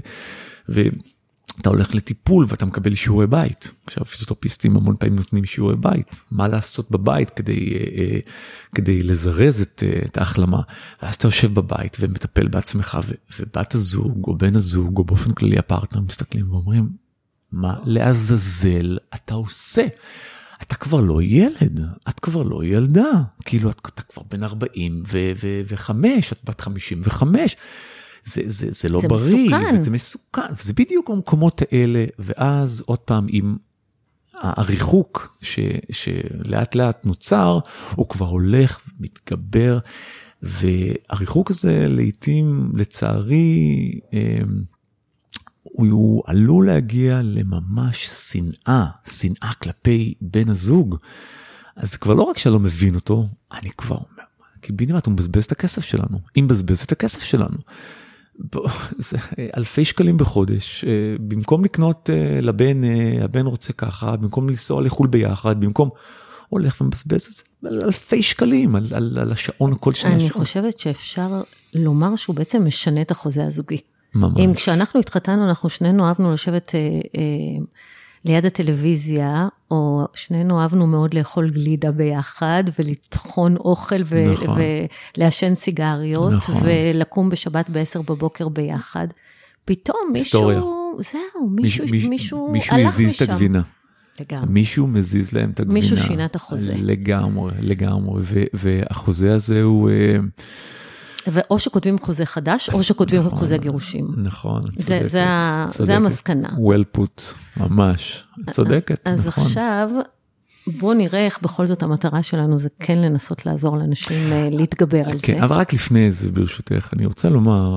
ואתה הולך לטיפול ואתה מקבל שיעורי בית. עכשיו, פיזיותרפיסטים המון פעמים נותנים שיעורי בית. מה לעשות בבית כדי, כדי לזרז את, את ההחלמה. ואז אתה יושב בבית ומטפל בעצמך, ובת הזוג או בן הזוג, או באופן כללי הפרטנר מסתכלים ואומרים, מה לעזאזל אתה עושה? אתה כבר לא ילד, את כבר לא ילדה, כאילו את, אתה כבר בן ארבעים וחמש, את בת חמישים וחמש, זה, זה, זה לא זה בריא, מסוכן. וזה מסוכן, וזה בדיוק המקומות האלה, ואז עוד פעם, עם הריחוק ש, שלאט לאט נוצר, הוא כבר הולך ומתגבר, והריחוק הזה לעתים, לצערי, הוא, הוא עלול להגיע לממש שנאה, שנאה כלפי בן הזוג, אז זה כבר לא רק שלא מבין אותו, אני כבר אומר, קיבינימט, הוא מבזבז את הכסף שלנו, אם מבזבז את הכסף שלנו, זה אלפי שקלים בחודש, במקום לקנות לבן, הבן רוצה ככה, במקום לנסוע לחול ביחד, במקום הולך ומבזבז את זה, אלפי שקלים על, על, על השעון כל שני אני השעון. חושבת שאפשר לומר שהוא בעצם משנה את החוזה הזוגי. ממש. אם כשאנחנו התחתנו, אנחנו שנינו אהבנו לשבת אה, אה, ליד הטלוויזיה, או שנינו אהבנו מאוד לאכול גלידה ביחד, ולטחון אוכל, ו- נכון. ולעשן סיגריות, נכון. ולקום בשבת בעשר בבוקר ביחד. פתאום היסטוריה. מישהו, זהו, מישהו, מיש, מישהו, מישהו הלך הזיז משם. את הגבינה. לגמרי. מישהו מזיז להם את הגבינה. מישהו שינה את החוזה. לגמרי, לגמרי. ו- והחוזה הזה הוא... ואו שכותבים חוזה חדש, או שכותבים נכון, חוזה גירושים. נכון, זה, צודקת. זה, צודקת. זה המסקנה. well put, ממש. צודקת, אז, נכון. אז עכשיו, בוא נראה איך בכל זאת המטרה שלנו זה כן לנסות לעזור לאנשים להתגבר על כן, זה. אבל רק לפני זה, ברשותך, אני רוצה לומר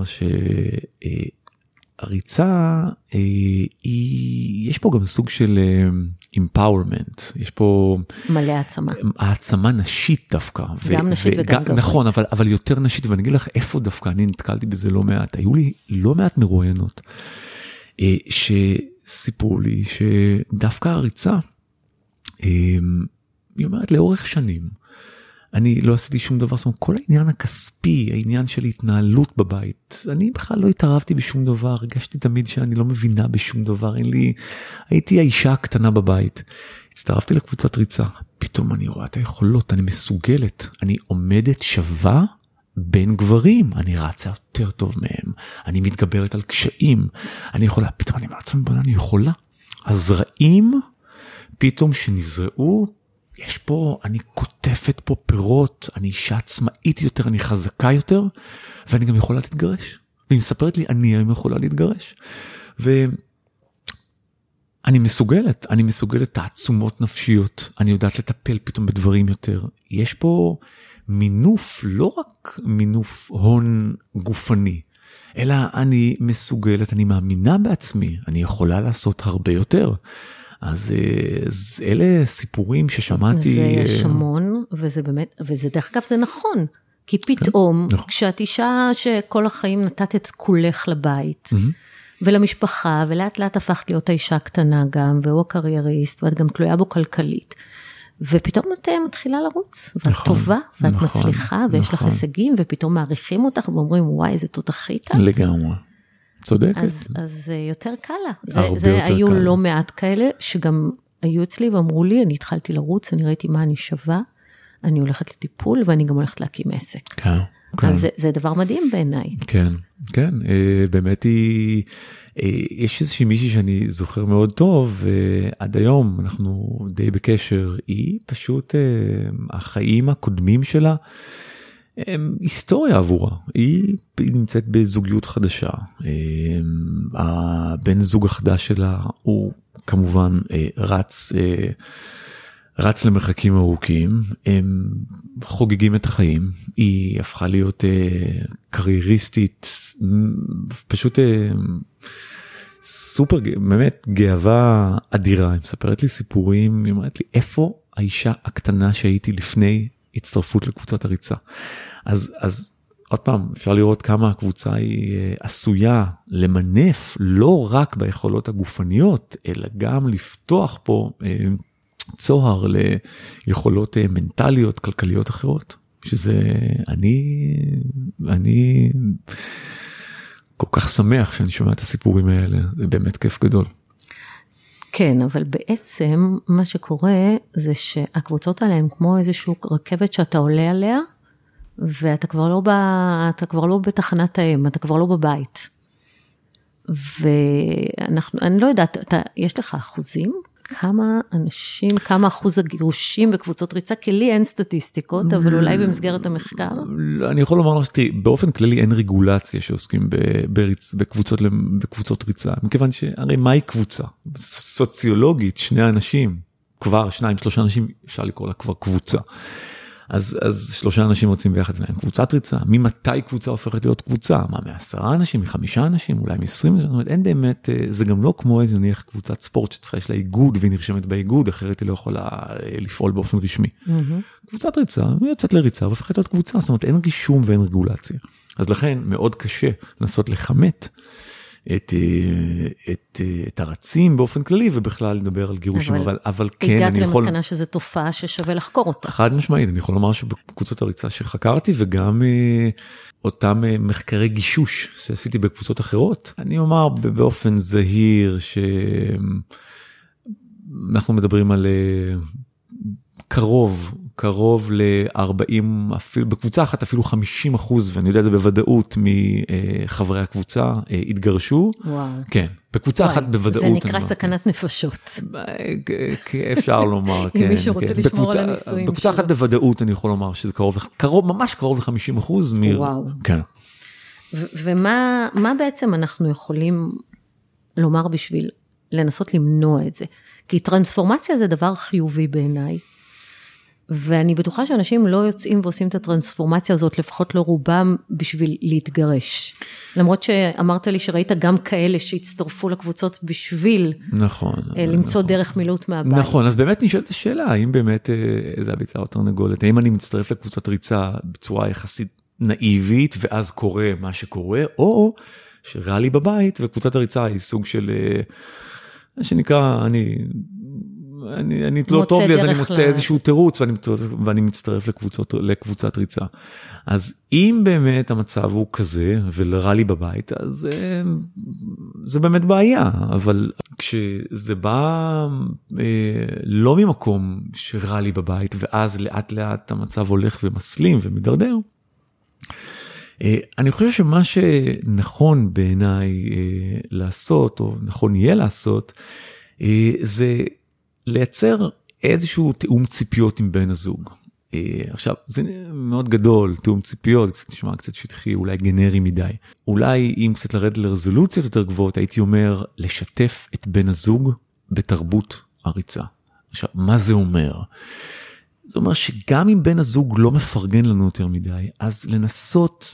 שהריצה, יש פה גם סוג של empowerment, יש פה... מלא העצמה. העצמה נשית דווקא. גם נשית וגם גברית. נכון, אבל, אבל יותר נשית, ואני אגיד לך איפה דווקא, אני נתקלתי בזה לא מעט, היו לי לא מעט מרואיינות, שסיפרו לי שדווקא הריצה, היא אומרת לאורך שנים, אני לא עשיתי שום דבר, זאת אומרת, כל העניין הכספי, העניין של התנהלות בבית, אני בכלל לא התערבתי בשום דבר, הרגשתי תמיד שאני לא מבינה בשום דבר, אין לי, הייתי האישה הקטנה בבית, הצטרפתי לקבוצת ריצה, פתאום אני רואה את היכולות, אני מסוגלת, אני עומדת שווה בין גברים, אני רצה יותר טוב מהם, אני מתגברת על קשיים, אני יכולה, פתאום אני מעצם בנה, אני יכולה, הזרעים, פתאום שנזרעו, יש פה, אני כותפת פה פירות, אני אישה עצמאית יותר, אני חזקה יותר, ואני גם יכולה להתגרש. והיא מספרת לי, אני היום יכולה להתגרש. ואני מסוגלת, אני מסוגלת תעצומות נפשיות, אני יודעת לטפל פתאום בדברים יותר. יש פה מינוף, לא רק מינוף הון גופני, אלא אני מסוגלת, אני מאמינה בעצמי, אני יכולה לעשות הרבה יותר. אז, אז אלה סיפורים ששמעתי. זה יש המון, וזה באמת, וזה דרך אגב זה נכון, כי פתאום, כן, כשאת אישה שכל החיים נתת את כולך לבית, mm-hmm. ולמשפחה, ולאט לאט הפכת להיות האישה הקטנה גם, והוא הקרייריסט, ואת גם תלויה בו כלכלית, ופתאום את מתחילה לרוץ, ואת נכון, טובה, ואת נכון, מצליחה, ויש נכון. לך הישגים, ופתאום מעריכים אותך, ואומרים, וואי, איזה תותחית. לגמרי. צודקת. אז, אז יותר קל לה. זה, זה יותר היו קל. לא מעט כאלה, שגם היו אצלי ואמרו לי, אני התחלתי לרוץ, אני ראיתי מה אני שווה, אני הולכת לטיפול, ואני גם הולכת להקים עסק. כן, כן. אז זה, זה דבר מדהים בעיניי. כן, כן. באמת היא, יש איזושהי מישהי שאני זוכר מאוד טוב, ועד היום אנחנו די בקשר, היא פשוט, החיים הקודמים שלה, הם היסטוריה עבורה, היא נמצאת בזוגיות חדשה, הבן זוג החדש שלה הוא כמובן רץ, רץ למרחקים ארוכים, הם חוגגים את החיים, היא הפכה להיות קרייריסטית, פשוט סופר, באמת גאווה אדירה, היא מספרת לי סיפורים, היא אומרת לי איפה האישה הקטנה שהייתי לפני הצטרפות לקבוצת הריצה. אז, אז עוד פעם, אפשר לראות כמה הקבוצה היא עשויה למנף, לא רק ביכולות הגופניות, אלא גם לפתוח פה צוהר ליכולות מנטליות, כלכליות אחרות, שזה, אני, אני כל כך שמח שאני שומע את הסיפורים האלה, זה באמת כיף גדול. כן, אבל בעצם מה שקורה זה שהקבוצות האלה הן כמו איזושהי רכבת שאתה עולה עליה, ואתה כבר לא, ב, אתה כבר לא בתחנת האם, אתה כבר לא בבית. ואנחנו, אני לא יודעת, אתה, יש לך אחוזים? כמה אנשים, כמה אחוז הגירושים בקבוצות ריצה, כי לי אין סטטיסטיקות, אבל אולי במסגרת המחקר. אני יכול לומר לך, תראי, באופן כללי אין רגולציה שעוסקים בקבוצות, בקבוצות ריצה, מכיוון שהרי מהי קבוצה? סוציולוגית, שני אנשים, כבר שניים, שלושה אנשים, אפשר לקרוא לה כבר קבוצה. אז, אז שלושה אנשים רוצים ביחד, קבוצת ריצה, ממתי קבוצה הופכת להיות קבוצה? מה, מעשרה אנשים, מחמישה אנשים, אולי מ-עשרים, זאת אומרת, אין באמת, זה גם לא כמו איזה נניח קבוצת ספורט שצריכה, יש לה איגוד והיא נרשמת באיגוד, אחרת היא לא יכולה לפעול באופן רשמי. Mm-hmm. קבוצת ריצה, היא יוצאת לריצה והופכת להיות קבוצה, זאת אומרת, אין רישום ואין רגולציה. אז לכן מאוד קשה לנסות לחמת את, את, את הרצים באופן כללי, ובכלל לדבר על גירושים, אבל, אבל, אבל כן, אני יכול... הגעת למסקנה שזו תופעה ששווה לחקור אותה. חד משמעית, אני יכול לומר שבקבוצות הריצה שחקרתי, וגם אותם מחקרי גישוש שעשיתי בקבוצות אחרות, אני אומר באופן זהיר, שאנחנו מדברים על קרוב, קרוב ל-ארבעים, אפילו, בקבוצה אחת אפילו חמישים אחוז, ואני יודע את זה בוודאות מחברי הקבוצה, התגרשו. וואו. כן, בקבוצה וואי, אחת בוודאות. זה נקרא סכנת נפשות. אפשר לומר, כן. אם מישהו רוצה כן. לשמור בקבוצה, על הניסויים. בקבוצה אחת בוודאות אני יכול לומר שזה קרוב, קרוב, ממש קרוב ל-חמישים אחוז. וואו. כן. ו- ומה מה בעצם אנחנו יכולים לומר בשביל לנסות למנוע את זה? כי טרנספורמציה זה דבר חיובי בעיניי. ואני בטוחה שאנשים לא יוצאים ועושים את הטרנספורמציה הזאת, לפחות לא רובם בשביל להתגרש. למרות שאמרת לי שראית גם כאלה שהצטרפו לקבוצות בשביל נכון, למצוא נכון. דרך מילוט מהבית. נכון, אז באמת נשאלת השאלה, האם באמת איזה הביצה או תרנגולת, האם אני מצטרף לקבוצת ריצה בצורה יחסית נאיבית, ואז קורה מה שקורה, או שרע לי בבית, וקבוצת הריצה היא סוג של, מה שנקרא, אני... אני, אני לא טוב לי, אז אני מוצא לה... איזשהו תירוץ, ואני, ואני מצטרף לקבוצות, לקבוצת ריצה. אז אם באמת המצב הוא כזה, ולרע לי בבית, אז זה באמת בעיה, אבל כשזה בא לא ממקום שרע לי בבית, ואז לאט לאט המצב הולך ומסלים ומדרדר, אני חושב שמה שנכון בעיניי לעשות, או נכון יהיה לעשות, זה לייצר איזשהו תאום ציפיות עם בן הזוג. עכשיו, זה מאוד גדול, תאום ציפיות, קצת נשמע קצת שטחי, אולי גנרי מדי. אולי אם קצת לרדת לרזולוציות יותר גבוהות, הייתי אומר לשתף את בן הזוג בתרבות הריצה. עכשיו, מה זה אומר? זה אומר שגם אם בן הזוג לא מפרגן לנו יותר מדי, אז לנסות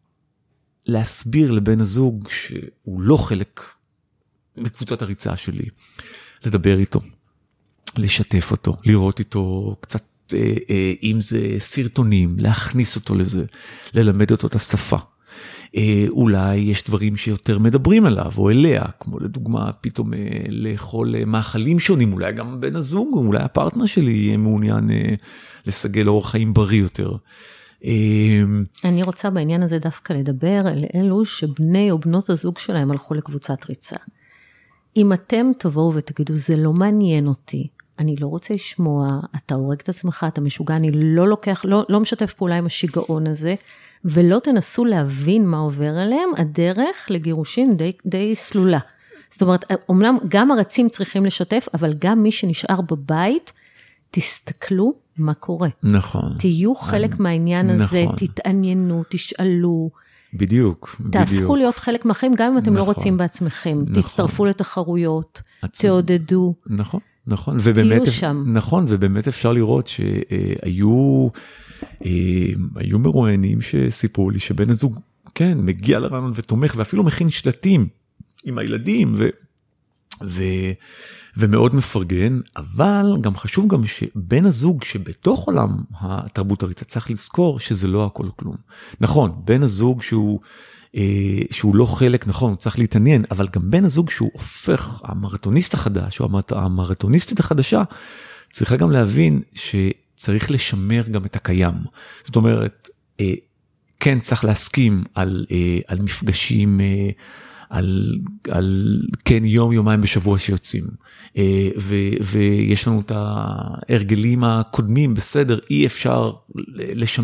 להסביר לבן הזוג שהוא לא חלק מקבוצת הריצה שלי. לדבר איתו. לשתף אותו, לראות איתו קצת, אה, אה, אם זה סרטונים, להכניס אותו לזה, ללמד אותו את השפה. אה, אולי יש דברים שיותר מדברים עליו או אליה, כמו לדוגמה פתאום אה, לאכול אה, מאכלים שונים, אולי גם בן הזוג, אולי הפרטנר שלי יהיה מעוניין אה, לסגל אורח חיים בריא יותר. אה, אני רוצה בעניין הזה דווקא לדבר על אלו שבני או בנות הזוג שלהם הלכו לקבוצת ריצה. אם אתם תבואו ותגידו, זה לא מעניין אותי, אני לא רוצה לשמוע, אתה הורג את עצמך, אתה משוגע, אני לא לוקח, לא, לא משתף פעולה עם השיגעון הזה, ולא תנסו להבין מה עובר עליהם, הדרך לגירושים די, די סלולה. זאת אומרת, אומנם גם הרצים צריכים לשתף, אבל גם מי שנשאר בבית, תסתכלו מה קורה. נכון. תהיו חלק מהעניין הזה, נכון. תתעניינו, תשאלו, בדיוק, תהפכו בדיוק. להיות חלק מהחיים, גם אם אתם נכון. לא רוצים בעצמכם. נכון. תצטרפו לתחרויות, עצמי. תעודדו. נכון, נכון. ובאמת, תהיו שם. נכון, ובאמת אפשר לראות שהיו היו מרואיינים שסיפרו לי שבן הזוג, כן, מגיע לרעיון ותומך, ואפילו מכין שלטים עם הילדים, ו... ו... ומאוד מפרגן, אבל גם חשוב גם שבן הזוג שבתוך עולם התרבות הריצה צריך לזכור שזה לא הכל כלום. נכון, בן הזוג שהוא, אה, שהוא לא חלק, נכון, הוא צריך להתעניין, אבל גם בן הזוג שהוא הופך, המרתוניסט החדש, או המרתוניסטית החדשה, צריכה גם להבין שצריך לשמר גם את הקיים. זאת אומרת, אה, כן צריך להסכים על, אה, על מפגשים, אה, על, על כן יום יומיים בשבוע שיוצאים, ו, ויש לנו את ההרגלים הקודמים בסדר, אי אפשר לשמר את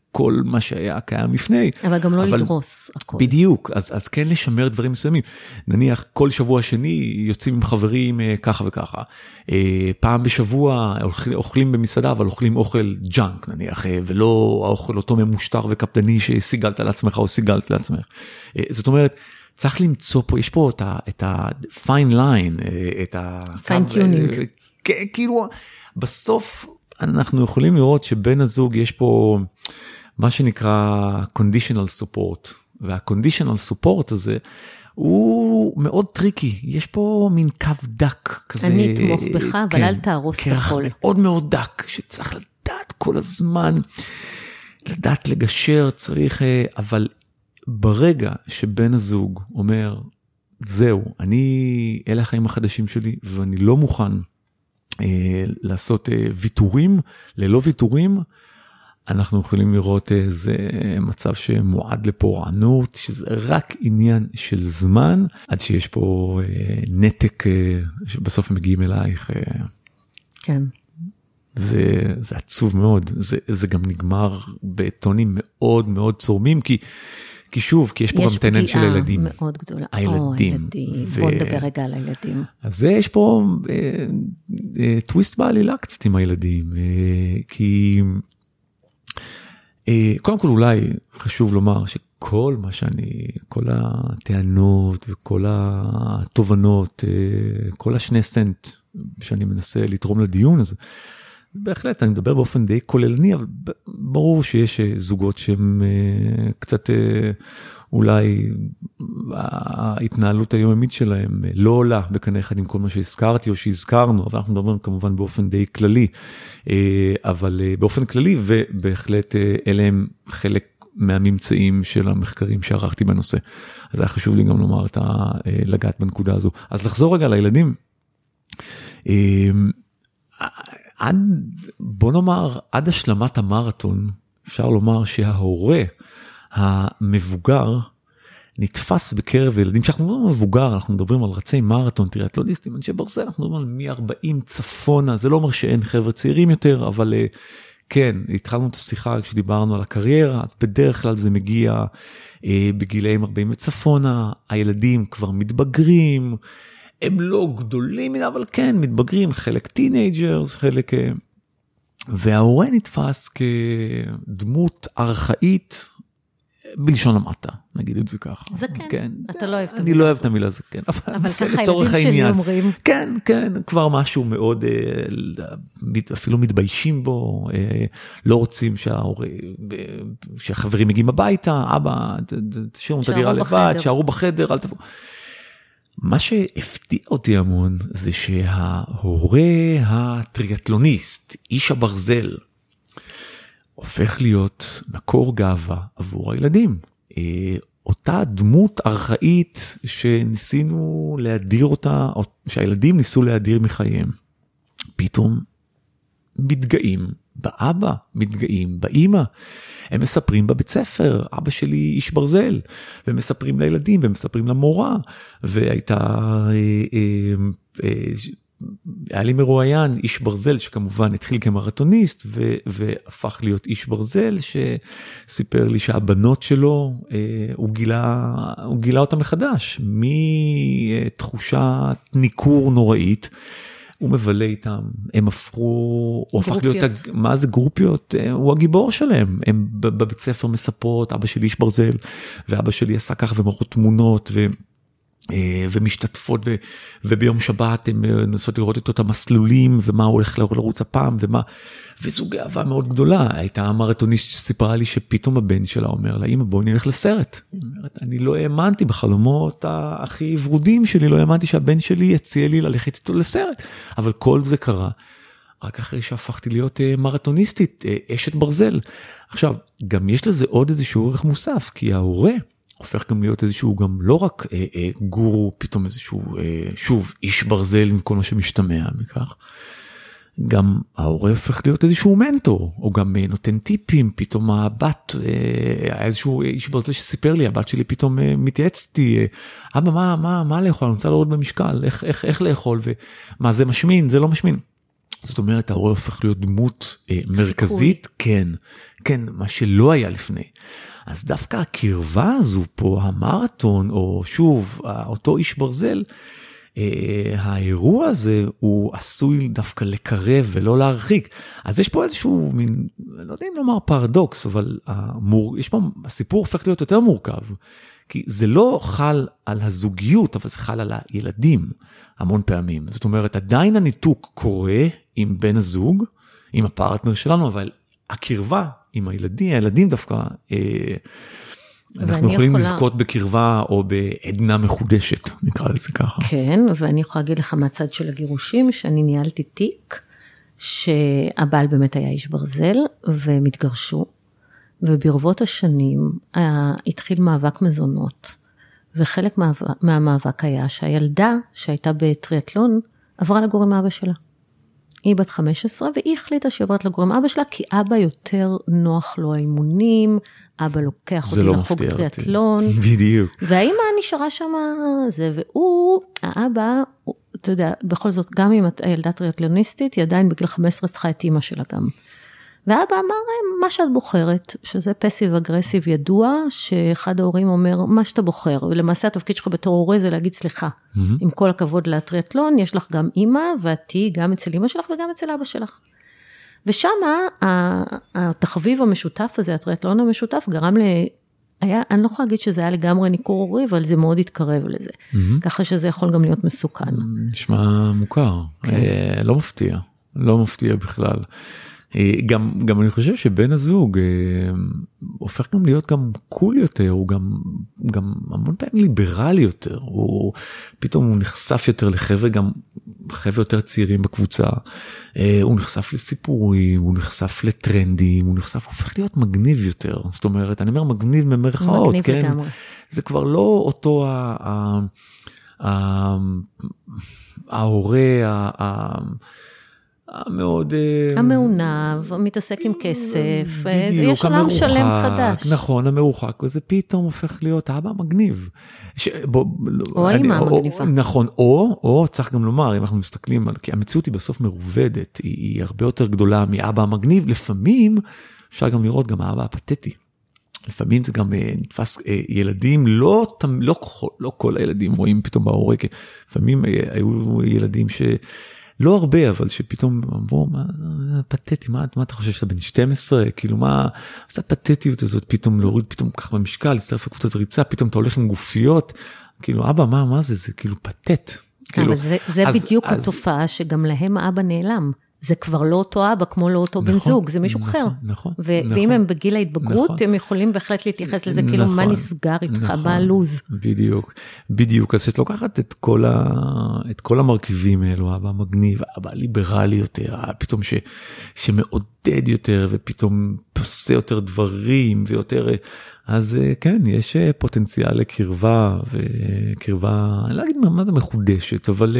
כל מה שהיה קיים לפני. אבל גם לא אבל... לדרוס הכל. בדיוק, אז, אז כן לשמר דברים מסוימים. נניח, כל שבוע שני יוצאים עם חברים ככה וככה. פעם בשבוע אוכלים במסעדה, אבל אוכלים אוכל ג'אנק נניח, ולא האוכל אותו ממושטר וקפדני שסיגלת לעצמך או סיגלת לעצמך. זאת אומרת, צריך למצוא פה, יש פה את ה-fine line, את ה... fine tuning. כאילו, בסוף אנחנו יכולים לראות שבין הזוג יש פה מה שנקרא conditional support, וה-conditional support הזה הוא מאוד טריקי, יש פה מין קו דק כזה. אני אתמוך בך, אבל כן, אל תהרוס את הכל. מאוד מאוד דק, שצריך לדעת כל הזמן, לדעת לגשר, צריך, אבל ברגע שבן הזוג אומר, זהו, אני, אלה החיים החדשים שלי, ואני לא מוכן אה, לעשות אה, ויתורים, ללא ויתורים, אנחנו יכולים לראות איזה מצב שמועד לפורענות, שזה רק עניין של זמן, עד שיש פה אה, נתק אה, שבסוף מגיעים אלייך. אה, כן. זה, זה עצוב מאוד, זה, זה גם נגמר בטונים מאוד מאוד צורמים, כי כי שוב, כי יש פה גם את העניין של הילדים. יש פגיעה מאוד גדולה. הילדים. או, הילדים. ו... בוא נדבר רגע על הילדים. אז יש פה אה, אה, טוויסט בעלילה קצת עם הילדים, אה, כי אה, קודם כל אולי חשוב לומר שכל מה שאני, כל הטענות וכל התובנות, אה, כל השני סנט שאני מנסה לתרום לדיון הזה, בהחלט, אני מדבר באופן די כוללני, אבל ברור שיש זוגות שהם קצת אולי ההתנהלות היומיומית שלהם לא עולה בקנה אחד עם כל מה שהזכרתי או שהזכרנו, אבל אנחנו מדברים כמובן באופן די כללי, אבל באופן כללי, ובהחלט אלה הם חלק מהממצאים של המחקרים שערכתי בנושא. אז היה חשוב לי גם לומר את ה... לגעת בנקודה הזו. אז לחזור רגע לילדים. עד, בוא נאמר, עד השלמת המרתון, אפשר לומר שההורה המבוגר נתפס בקרב ילדים, שאנחנו מדברים על מבוגר, אנחנו מדברים על רצי מרתון, טריאטלוניסטים, אנשי ברזל, אנחנו מדברים על מ-ארבעים צפונה, זה לא אומר שאין חבר'ה צעירים יותר, אבל כן, התחלנו את השיחה כשדיברנו על הקריירה, אז בדרך כלל זה מגיע בגילאים ארבעים וצפונה, הילדים כבר מתבגרים, הם לא גדולים, אבל כן, מתבגרים, חלק טינאג'רס, חלק... וההורה נתפס כדמות ארכאית, בלשון המעטה, נגיד את זה ככה. זה כן, כן. אתה לא אוהב את המילה. אני לא אוהב את המילה, זה כן. אבל, אבל ככה הילדים שלי אומרים. כן, כן, כבר משהו מאוד, אפילו מתביישים בו, לא רוצים שההורה, שהחברים מגיעים הביתה, אבא, תשאירו את הדירה לבד, שערו בחדר, אל תבוא. מה שהפתיע אותי המון זה שההורה הטריאטלוניסט, איש הברזל, הופך להיות מקור גאווה עבור הילדים. אותה דמות ארכאית שניסינו להדיר אותה, או שהילדים ניסו להדיר מחייהם, פתאום מתגאים באבא, מתגאים באמא. הם מספרים בבית ספר, אבא שלי איש ברזל, ומספרים לילדים, ומספרים למורה, והייתה, אה, אה, אה, היה לי מרואיין, איש ברזל, שכמובן התחיל כמרתוניסט, ו, והפך להיות איש ברזל, שסיפר לי שהבנות שלו, אה, הוא גילה, הוא גילה אותה מחדש, מתחושת ניכור נוראית, הוא מבלה איתם, הם הפכו, הוא הפך להיות, מה זה גרופיות? הוא הגיבור שלהם, הם בבית ספר מספרות, אבא שלי איש ברזל, ואבא שלי עשה כך ומראות תמונות, ו... ומשתתפות, ו... וביום שבת הם נסות לראות את אותם מסלולים, ומה הולך לרוץ הפעם, ומה, וזו גאווה מאוד גדולה. הייתה המרתוניסט שסיפרה לי שפתאום הבן שלה אומר לה, אמא בואי נלך לסרט. היא אומרת, אני לא האמנתי בחלומות הכי ורודים שלי, לא האמנתי שהבן שלי יציע לי ללכת איתו לסרט, אבל כל זה קרה רק אחרי שהפכתי להיות מרתוניסטית, אשת ברזל. עכשיו, גם יש לזה עוד איזשהו ערך מוסף, כי ההורה הופך גם להיות איזשהו, גם לא רק אה, אה, גורו, פתאום איזשהו, אה, שוב, איש ברזל עם כל מה שמשתמע מכך, גם ההורה הופך להיות איזשהו מנטור, או גם אה, נותן טיפים, פתאום הבת, אה, איזשהו איש ברזל שסיפר לי, הבת שלי פתאום אה, מתייעצת איתי, אה, אבא, מה, מה, מה לאכול? אני רוצה לראות במשקל, איך, איך, איך לאכול, ומה זה משמין, זה לא משמין. זאת אומרת, ההורה הופך להיות דמות אה, מרכזית, כן, כן, מה שלא היה לפני. אז דווקא הקרבה הזו פה, המרתון, או שוב, אותו איש ברזל, אה, האירוע הזה הוא עשוי דווקא לקרב ולא להרחיק. אז יש פה איזשהו מין, לא יודע אם לומר פרדוקס, אבל המור, יש פה, הסיפור הופך להיות יותר מורכב. כי זה לא חל על הזוגיות, אבל זה חל על הילדים המון פעמים. זאת אומרת, עדיין הניתוק קורה עם בן הזוג, עם הפרטנר שלנו, אבל הקרבה עם הילדים, הילדים דווקא, אה, אנחנו יכולים יכולה... לזכות בקרבה או בעדנה מחודשת, נקרא לזה ככה. כן, ואני יכולה להגיד לך מהצד של הגירושים, שאני ניהלתי תיק, שהבעל באמת היה איש ברזל, והם התגרשו, וברבות השנים התחיל מאבק מזונות, וחלק מה, מהמאבק היה שהילדה שהייתה בטריאטלון, עברה לגור עם אבא שלה. היא בת חמש עשרה, והיא החליטה שהיא עברת לגור עם אבא שלה, כי אבא יותר נוח לו האימונים, אבא לוקח אותי לא לחוג טריאטלון. בדיוק. והאמא נשארה שם, זה, והוא, האבא, הוא, אתה יודע, בכל זאת, גם אם הילדה טריאטלוניסטית, היא עדיין בגיל חמש עשרה צריכה את אמא שלה גם. ואבא אמר, מה שאת בוחרת, שזה פסיב אגרסיב ידוע, שאחד ההורים אומר, מה שאתה בוחר, ולמעשה התפקיד שלך בתור הורה זה להגיד, סליחה, mm-hmm. עם כל הכבוד לטריאטלון, יש לך גם אמא, ואתי גם אצל אמא שלך וגם אצל אבא שלך. ושם התחביב המשותף הזה, הטריאטלון המשותף, גרם ל... היה, אני לא יכולה להגיד שזה היה לגמרי ניכור הורי, אבל זה מאוד התקרב לזה. Mm-hmm. ככה שזה יכול גם להיות מסוכן. נשמע מוכר, כן. אה, לא מפתיע, לא מפתיע בכלל. גם, גם אני חושב שבן הזוג אה, הופך גם להיות גם קול יותר, הוא גם, גם המון פעמים ליברלי יותר, הוא פתאום הוא נחשף יותר לחבר'ה, גם חבר'ה יותר צעירים בקבוצה, אה, הוא נחשף לסיפורים, הוא נחשף לטרנדים, הוא נחשף, הוא הופך להיות מגניב יותר, זאת אומרת, אני אומר מגניב במרכאות, כן? לגמרי. זה כבר לא אותו ה, ה, ה, ההורה, ה, ה, המאוד... המעונב, מתעסק עם כסף, יש עולם שלם חדש. נכון, המרוחק, וזה פתאום הופך להיות האבא מגניב. או האמא המגניבה. נכון, או, או צריך גם לומר, אם אנחנו מסתכלים, כי המציאות היא בסוף מרובדת, היא הרבה יותר גדולה מאבא המגניב, לפעמים אפשר גם לראות גם האבא הפתטי. לפעמים זה גם נתפס ילדים, לא, לא, לא כל הילדים רואים פתאום בהורה, לפעמים היו ילדים ש... לא הרבה, אבל שפתאום אמרו, מה זה פתטי, מה, מה אתה חושב שאתה בן שתים עשרה, כאילו מה, עושה פתטיות הזאת, פתאום להוריד פתאום ככה במשקל, להצטרף לקבוצת זריצה, פתאום אתה הולך עם גופיות, כאילו אבא, מה, מה זה, זה כאילו פתט. כאילו, אבל זה, זה אז, בדיוק אז, התופעה שגם להם האבא נעלם. זה כבר לא אותו אבא, כמו לא אותו נכון, בן זוג, זה מישהו נכון, אחר. נכון, ו- נכון. ואם הם בגיל ההתבגרות, נכון. הם יכולים בהחלט להתייחס לזה, כאילו נכון, מה נסגר איתך, נכון, מה הלוז. בדיוק, בדיוק. אז שאת לוקחת את כל, ה... את כל המרכיבים האלו, אבא מגניב, אבא ליברלי יותר, פתאום ש... שמעודד יותר, ופתאום עושה יותר דברים, ויותר... אז כן, יש פוטנציאל לקרבה, וקרבה, אני לא אגיד מה זה מחודשת, אבל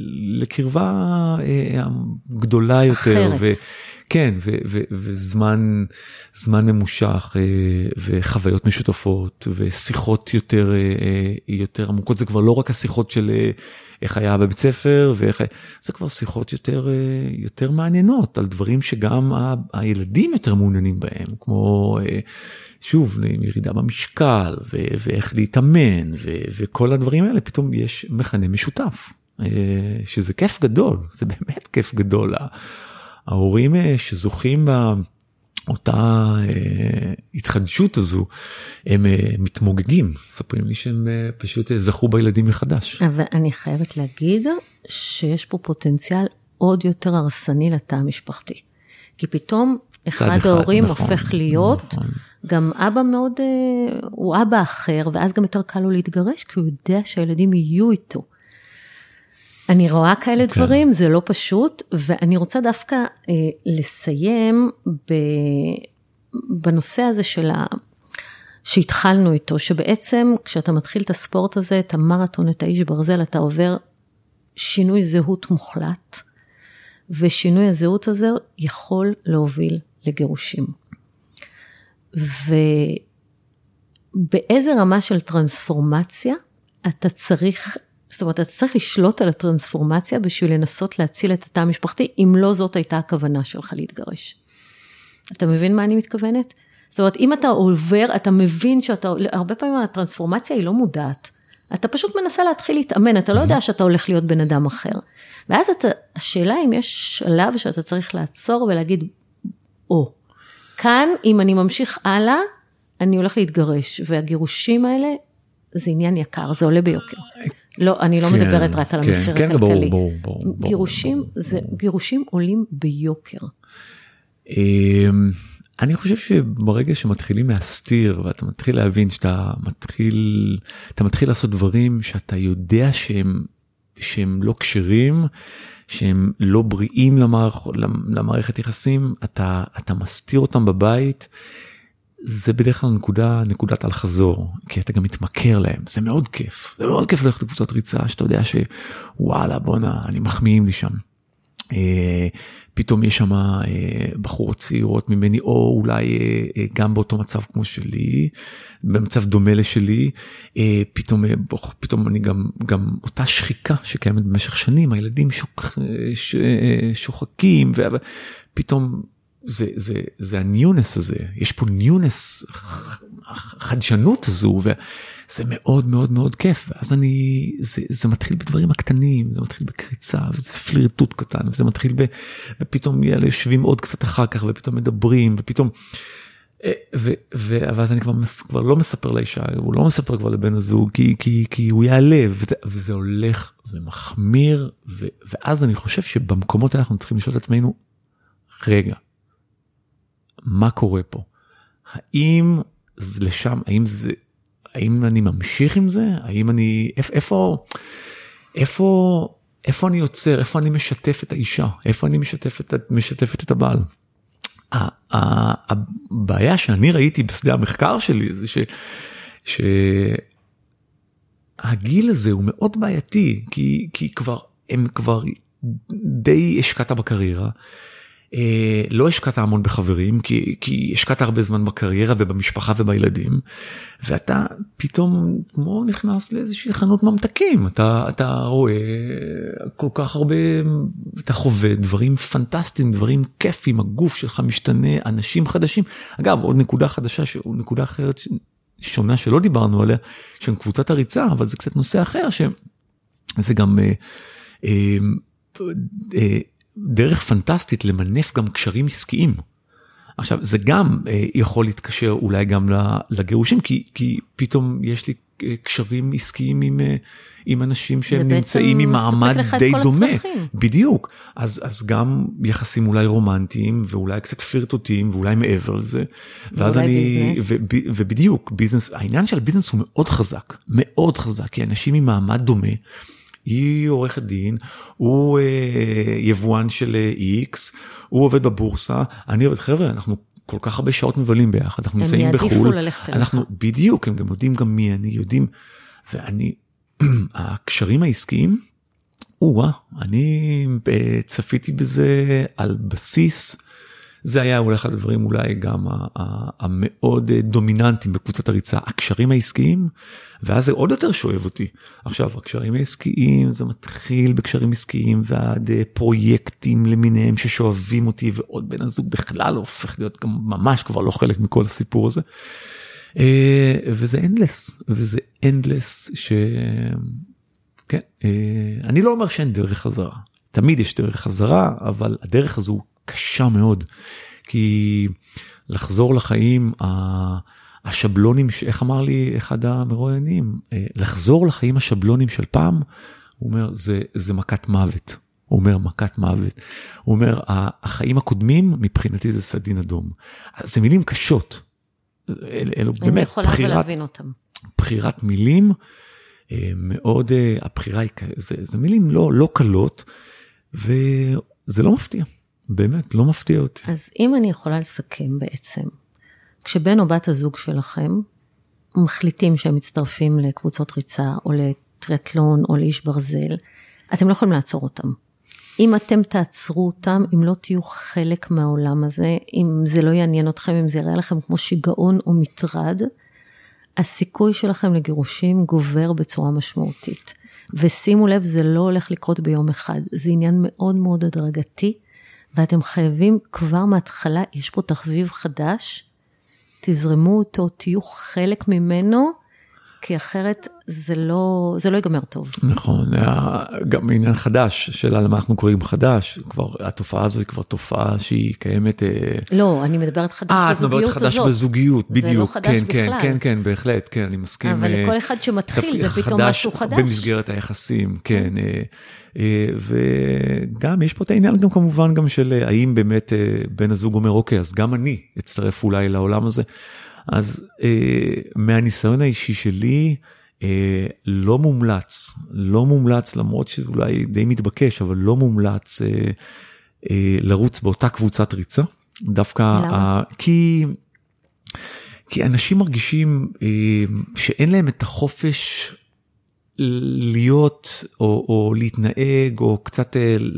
לקרבה גדולה יותר. אחרת. ו, כן, ו, ו, וזמן זמן ממושך, וחוויות משותפות, ושיחות יותר, יותר עמוקות. זה כבר לא רק השיחות של איך היה בבית ספר, ואיך, זה כבר שיחות יותר, יותר מעניינות, על דברים שגם הילדים יותר מעוניינים בהם, כמו... שוב, ירידה במשקל, ו- ואיך להתאמן, ו- וכל הדברים האלה, פתאום יש מכנה משותף, שזה כיף גדול, זה באמת כיף גדול. ההורים שזוכים באותה התחדשות הזו, הם מתמוגגים, ספרים לי שהם פשוט זכו בילדים מחדש. אבל אני חייבת להגיד, שיש פה פוטנציאל עוד יותר הרסני לתא המשפחתי, כי פתאום אחד ההורים נכון, הופך להיות, נכון. גם אבא מאוד, הוא אבא אחר, ואז גם יותר קל לו להתגרש, כי הוא יודע שהילדים יהיו איתו. אני רואה כאלה okay. דברים, זה לא פשוט, ואני רוצה דווקא אה, לסיים ב, בנושא הזה של ה... שהתחלנו איתו, שבעצם כשאתה מתחיל את הספורט הזה, את המרתון, את האיש ברזל, אתה עובר שינוי זהות מוחלט, ושינוי הזהות הזה יכול להוביל לגירושים. ובאיזה רמה של טרנספורמציה אתה צריך זאת אומרת, אתה צריך לשלוט על הטרנספורמציה, בשביל לנסות להציל את התא המשפחתי, אם לא זאת הייתה הכוונה שלך להתגרש. אתה מבין מה אני מתכוונת? זאת אומרת, אם אתה עובר, אתה מבין שאתה, הרבה פעמים הטרנספורמציה היא לא מודעת. אתה פשוט מנסה להתחיל להתאמן, אתה לא יודע שאתה הולך להיות בן אדם אחר. ואז אתה, השאלה אם יש שלב שאתה צריך לעצור ולהגיד, או, כאן אם אני ממשיך הלאה, אני הולך להתגרש, והגירושים האלה, זה עניין יקר, זה עולה ביוקר. לא, אני לא כן, מדברת רק על כן, המחיר כן, הכלכלי. ברור, ברור, ברור, גירושים, ברור, זה, ברור. גירושים עולים ביוקר. אני חושב שברגע שמתחילים להסתיר, ואתה מתחיל להבין שאתה מתחיל, אתה מתחיל לעשות דברים שאתה יודע שהם, שהם לא כשרים, שהם לא בריאים למערכ, למערכת יחסים, אתה, אתה מסתיר אותם בבית, זה בדרך כלל נקודה, נקודת על חזור, כי אתה גם מתמכר להם, זה מאוד כיף, זה מאוד כיף ללכת לקבוצת ריצה, שאתה יודע שוואלה בונה, אני מחמיאים לי שם. פתאום יש שם בחורות צעירות ממני, או אולי גם באותו מצב כמו שלי, במצב דומה לשלי, פתאום, פתאום אני גם, גם אותה שחיקה שקיימת במשך שנים, הילדים שוק, שוחקים, ופתאום זה, זה, זה הניונס הזה, יש פה ניונס, החדשנות הזו, וזה מאוד מאוד מאוד כיף, ואז אני, זה, זה מתחיל בדברים הקטנים, זה מתחיל בקריצה, וזה פלירטוט קטן, וזה מתחיל ב, ופתאום יאללה יושבים עוד קצת אחר כך, ופתאום מדברים, ופתאום, ו, ו, ואז אני כבר, כבר לא מספר לאישה, הוא לא מספר כבר לבן הזוג, כי, כי, כי הוא יעלה, וזה, וזה הולך ומחמיר, ו, ואז אני חושב שבמקומות האלה אנחנו צריכים לשאול את עצמנו, רגע, מה קורה פה? האם זה לשם, האם זה, האם אני ממשיך עם זה? האם אני, איפה, איפה, איפה אני יוצר? איפה אני משתף את האישה? איפה אני משתף את, משתפת את הבעל? הבעיה שאני ראיתי בשדה המחקר שלי זה ש, שהגיל הזה הוא מאוד בעייתי, כי, כי כבר, הם כבר די השקעת בקריירה, לא השקעת המון בחברים, כי, כי השקעת הרבה זמן בקריירה ובמשפחה ובילדים, ואתה פתאום כמו נכנס לאיזושהי חנות ממתקים, אתה, אתה רואה כל כך הרבה, אתה חווה דברים פנטסטיים, דברים כיפים, הגוף שלך משתנה, אנשים חדשים. אגב, עוד נקודה חדשה, נקודה אחרת שונה שלא דיברנו עליה, שהם קבוצת הריצה, אבל זה קצת נושא אחר, שזה גם אה, אה, אה, דרך פנטסטית למנף גם קשרים עסקיים. עכשיו, זה גם אה, יכול להתקשר אולי גם לגירושים, כי, כי פתאום יש לי אה, קשרים עסקיים עם, אה, עם אנשים שהם נמצאים עם מעמד די דומה. בדיוק. אז, אז גם יחסים אולי רומנטיים, ואולי קצת פלירטוטיים, ואולי מעבר לזה. ואז אני, ו, ו, ובדיוק, ביזנס, העניין של הביזנס הוא מאוד חזק, מאוד חזק, כי אנשים עם מעמד דומה, היא עורכת דין, הוא אה, יבואן של X, הוא עובד בבורסה, אני עובד, חבר'ה, אנחנו כל כך הרבה שעות מבלים ביחד, אנחנו נמצאים בחול, אנחנו בדיוק, הם גם יודעים גם מי אני, יודעים, ואני, הקשרים העסקיים, וואה, אני צפיתי בזה על בסיס, זה היה אולי אחד הדברים אולי גם המאוד דומיננטיים בקבוצת הריצה, הקשרים העסקיים, ואז זה עוד יותר שואב אותי. עכשיו, הקשרים העסקיים, זה מתחיל בקשרים עסקיים, ועד פרויקטים למיניהם ששואבים אותי, ועוד בן הזוג בכלל הופך להיות גם ממש כבר לא חלק מכל הסיפור הזה. וזה endless, וזה endless ש... כן, אני לא אומר שאין דרך חזרה. תמיד יש דרך חזרה, אבל הדרך הזו קשה מאוד, כי לחזור לחיים, השבלונים, איך אמר לי אחד המרואיינים, לחזור לחיים השבלונים של פעם, הוא אומר, זה, זה מכת מוות. הוא אומר, מכת מוות. הוא אומר, החיים הקודמים, מבחינתי זה סדין אדום. זה מילים קשות. אל, אלו באמת, אני יכולה בחירת, להבין אותם. בחירת מילים, מאוד, הבחירה היא, זה, זה מילים לא, לא קלות, וזה לא מפתיע. באמת, לא מפתיע אותי. אז אם אני יכולה לסכם בעצם, כשבן או בת הזוג שלכם, מחליטים שהם מצטרפים לקבוצות ריצה, או לטריאטלון, או לאיש ברזל, אתם לא יכולים לעצור אותם. אם אתם תעצרו אותם, אם לא תהיו חלק מהעולם הזה, אם זה לא יעניין אתכם, אם זה יראה לכם כמו שיגעון או מטרד, הסיכוי שלכם לגירושים גובר בצורה משמעותית. ושימו לב, זה לא הולך לקרות ביום אחד, זה עניין מאוד מאוד הדרגתי, ואתם חייבים כבר מההתחלה, יש פה תחביב חדש, תזרמו אותו, תהיו חלק ממנו, כי אחרת זה לא, זה לא ייגמר טוב. נכון, גם עניין חדש, שאלה למה אנחנו קוראים חדש, כבר, התופעה הזו היא כבר תופעה שהיא קיימת... לא, אני מדברת חדש אה, בזוגיות הזאת. אה, את מדברת חדש בזוגיות, בדיוק. זה לא חדש כן, בכלל. כן, כן, כן, בהחלט, כן, אני מסכים. אבל לכל אחד שמתחיל, זה פתאום משהו חדש. במסגרת היחסים, כן. וגם, יש פה את העניין גם כמובן גם של, האם באמת בן הזוג אומר, אוקיי, אז גם אני אצטרף אולי לעולם הזה. אז מהניסיון האישי שלי, לא מומלץ, לא מומלץ, למרות שאולי די מתבקש, אבל לא מומלץ לרוץ באותה קבוצת ריצה. דווקא, כי, כי אנשים מרגישים שאין להם את החופש להיות, או, או להתנהג, או קצת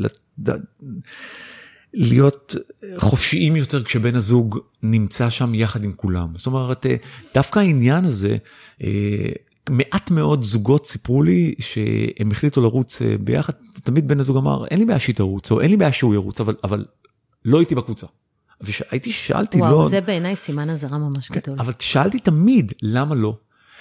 להיות חופשיים יותר כשבן הזוג נמצא שם יחד עם כולם. זאת אומרת, דווקא העניין הזה, מעט מאוד זוגות סיפרו לי שהם החליטו לרוץ ביחד, תמיד בן הזוג אמר, אין לי בעיה שהיא תרוץ, או אין לי בעיה שהוא ירוץ, אבל, אבל לא הייתי בקבוצה. והייתי, שאלתי, וואו, לא... וואו, זה בעיניי סימן הזרה ממש כן, גדול. אבל שאלתי תמיד, למה לא?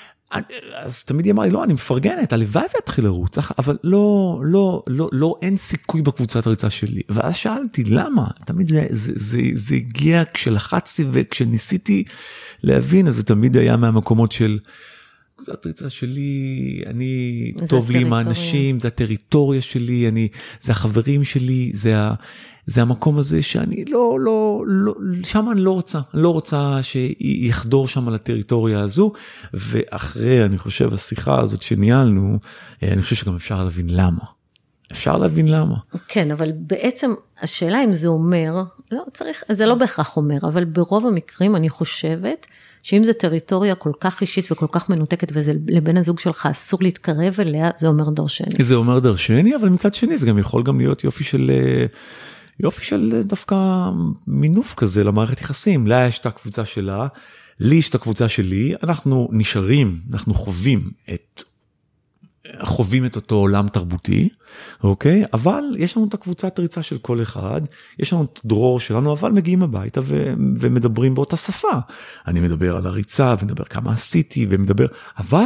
אז תמיד היא אמרה לי, לא, אני מפרגנת, הלוואי והתחיל לרוץ, אבל לא, לא, לא, לא, אין סיכוי בקבוצת הריצה שלי. ואז שאלתי, למה? תמיד זה, זה, זה, זה הגיע כשלחצתי וכשניסיתי להבין, אז זה תמיד היה מהמקומות של, קבוצת הריצה שלי, אני, טוב לי עם האנשים, זה הטריטוריה שלי, אני, זה החברים שלי, זה ה... זה המקום הזה שאני לא, לא, לא, שם אני לא רוצה, לא רוצה שיחדור שם על הטריטוריה הזו, ואחרי, אני חושב, השיחה הזאת שניהלנו, אני חושב שגם אפשר להבין למה. אפשר להבין למה. כן, אבל בעצם השאלה אם זה אומר, לא צריך, זה לא בהכרח אומר, אבל ברוב המקרים אני חושבת, שאם זה טריטוריה כל כך אישית וכל כך מנותקת, וזה לבן הזוג שלך אסור להתקרב אליה, זה אומר דרשני. זה אומר דרשני, אבל מצד שני, זה גם יכול גם להיות יופי של... יופי של דווקא מינוף כזה למערכת יחסים, לה יש את הקבוצה שלה, לי יש את הקבוצה שלי, אנחנו נשארים, אנחנו חווים את, חווים את אותו עולם תרבותי, אוקיי? אבל יש לנו את הקבוצת ריצה של כל אחד, יש לנו את דרור שלנו, אבל מגיעים הביתה ו- ומדברים באותה שפה. אני מדבר על הריצה, ומדבר כמה עשיתי, ומדבר, אבל,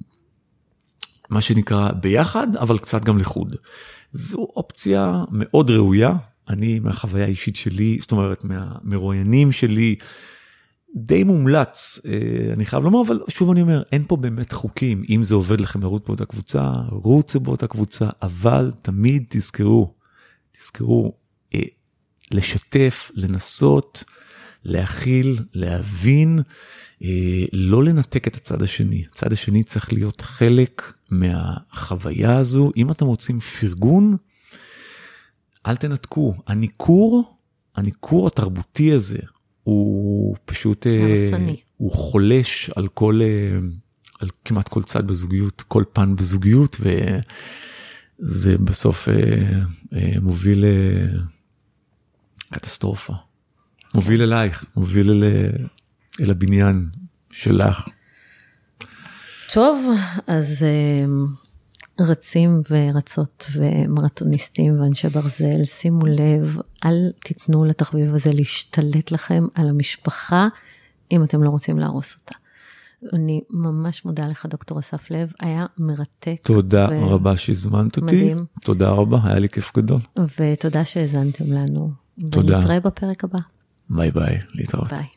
מה שנקרא ביחד, אבל קצת גם לחוד. זו אופציה מאוד ראויה, אני מהחוויה האישית שלי, זאת אומרת מהמרואיינים שלי, די מומלץ, אני חייב לומר, אבל שוב אני אומר, אין פה באמת חוקים, אם זה עובד לכם לרוץ באותה קבוצה, רוצו באותה קבוצה, אבל תמיד תזכרו, תזכרו, לשתף, לנסות, להכיל, להבין, לא לנתק את הצד השני, הצד השני צריך להיות חלק מהחוויה הזו, אם אתם רוצים פרגון, אל תנתקו, הניכור, הניכור התרבותי הזה, הוא פשוט, הרסני. הוא חולש על כל, על כמעט כל צד בזוגיות, כל פן בזוגיות, וזה בסוף מוביל לקטסטרופה. מוביל אלייך, מוביל אל, אל הבניין שלך. טוב, אז... רצים ורצות ומרתוניסטים ואנשי ברזל, שימו לב, אל תיתנו לתחביב הזה להשתלט לכם על המשפחה, אם אתם לא רוצים להרוס אותה. אני ממש מודה לך, דוקטור אסף לב, היה מרתק. תודה ו... רבה שהזמנת אותי. מדהים. תודה רבה, היה לי כיף גדול. ותודה שהזנתם לנו. תודה. ונתראה בפרק הבא. ביי ביי, להתראות. ביי.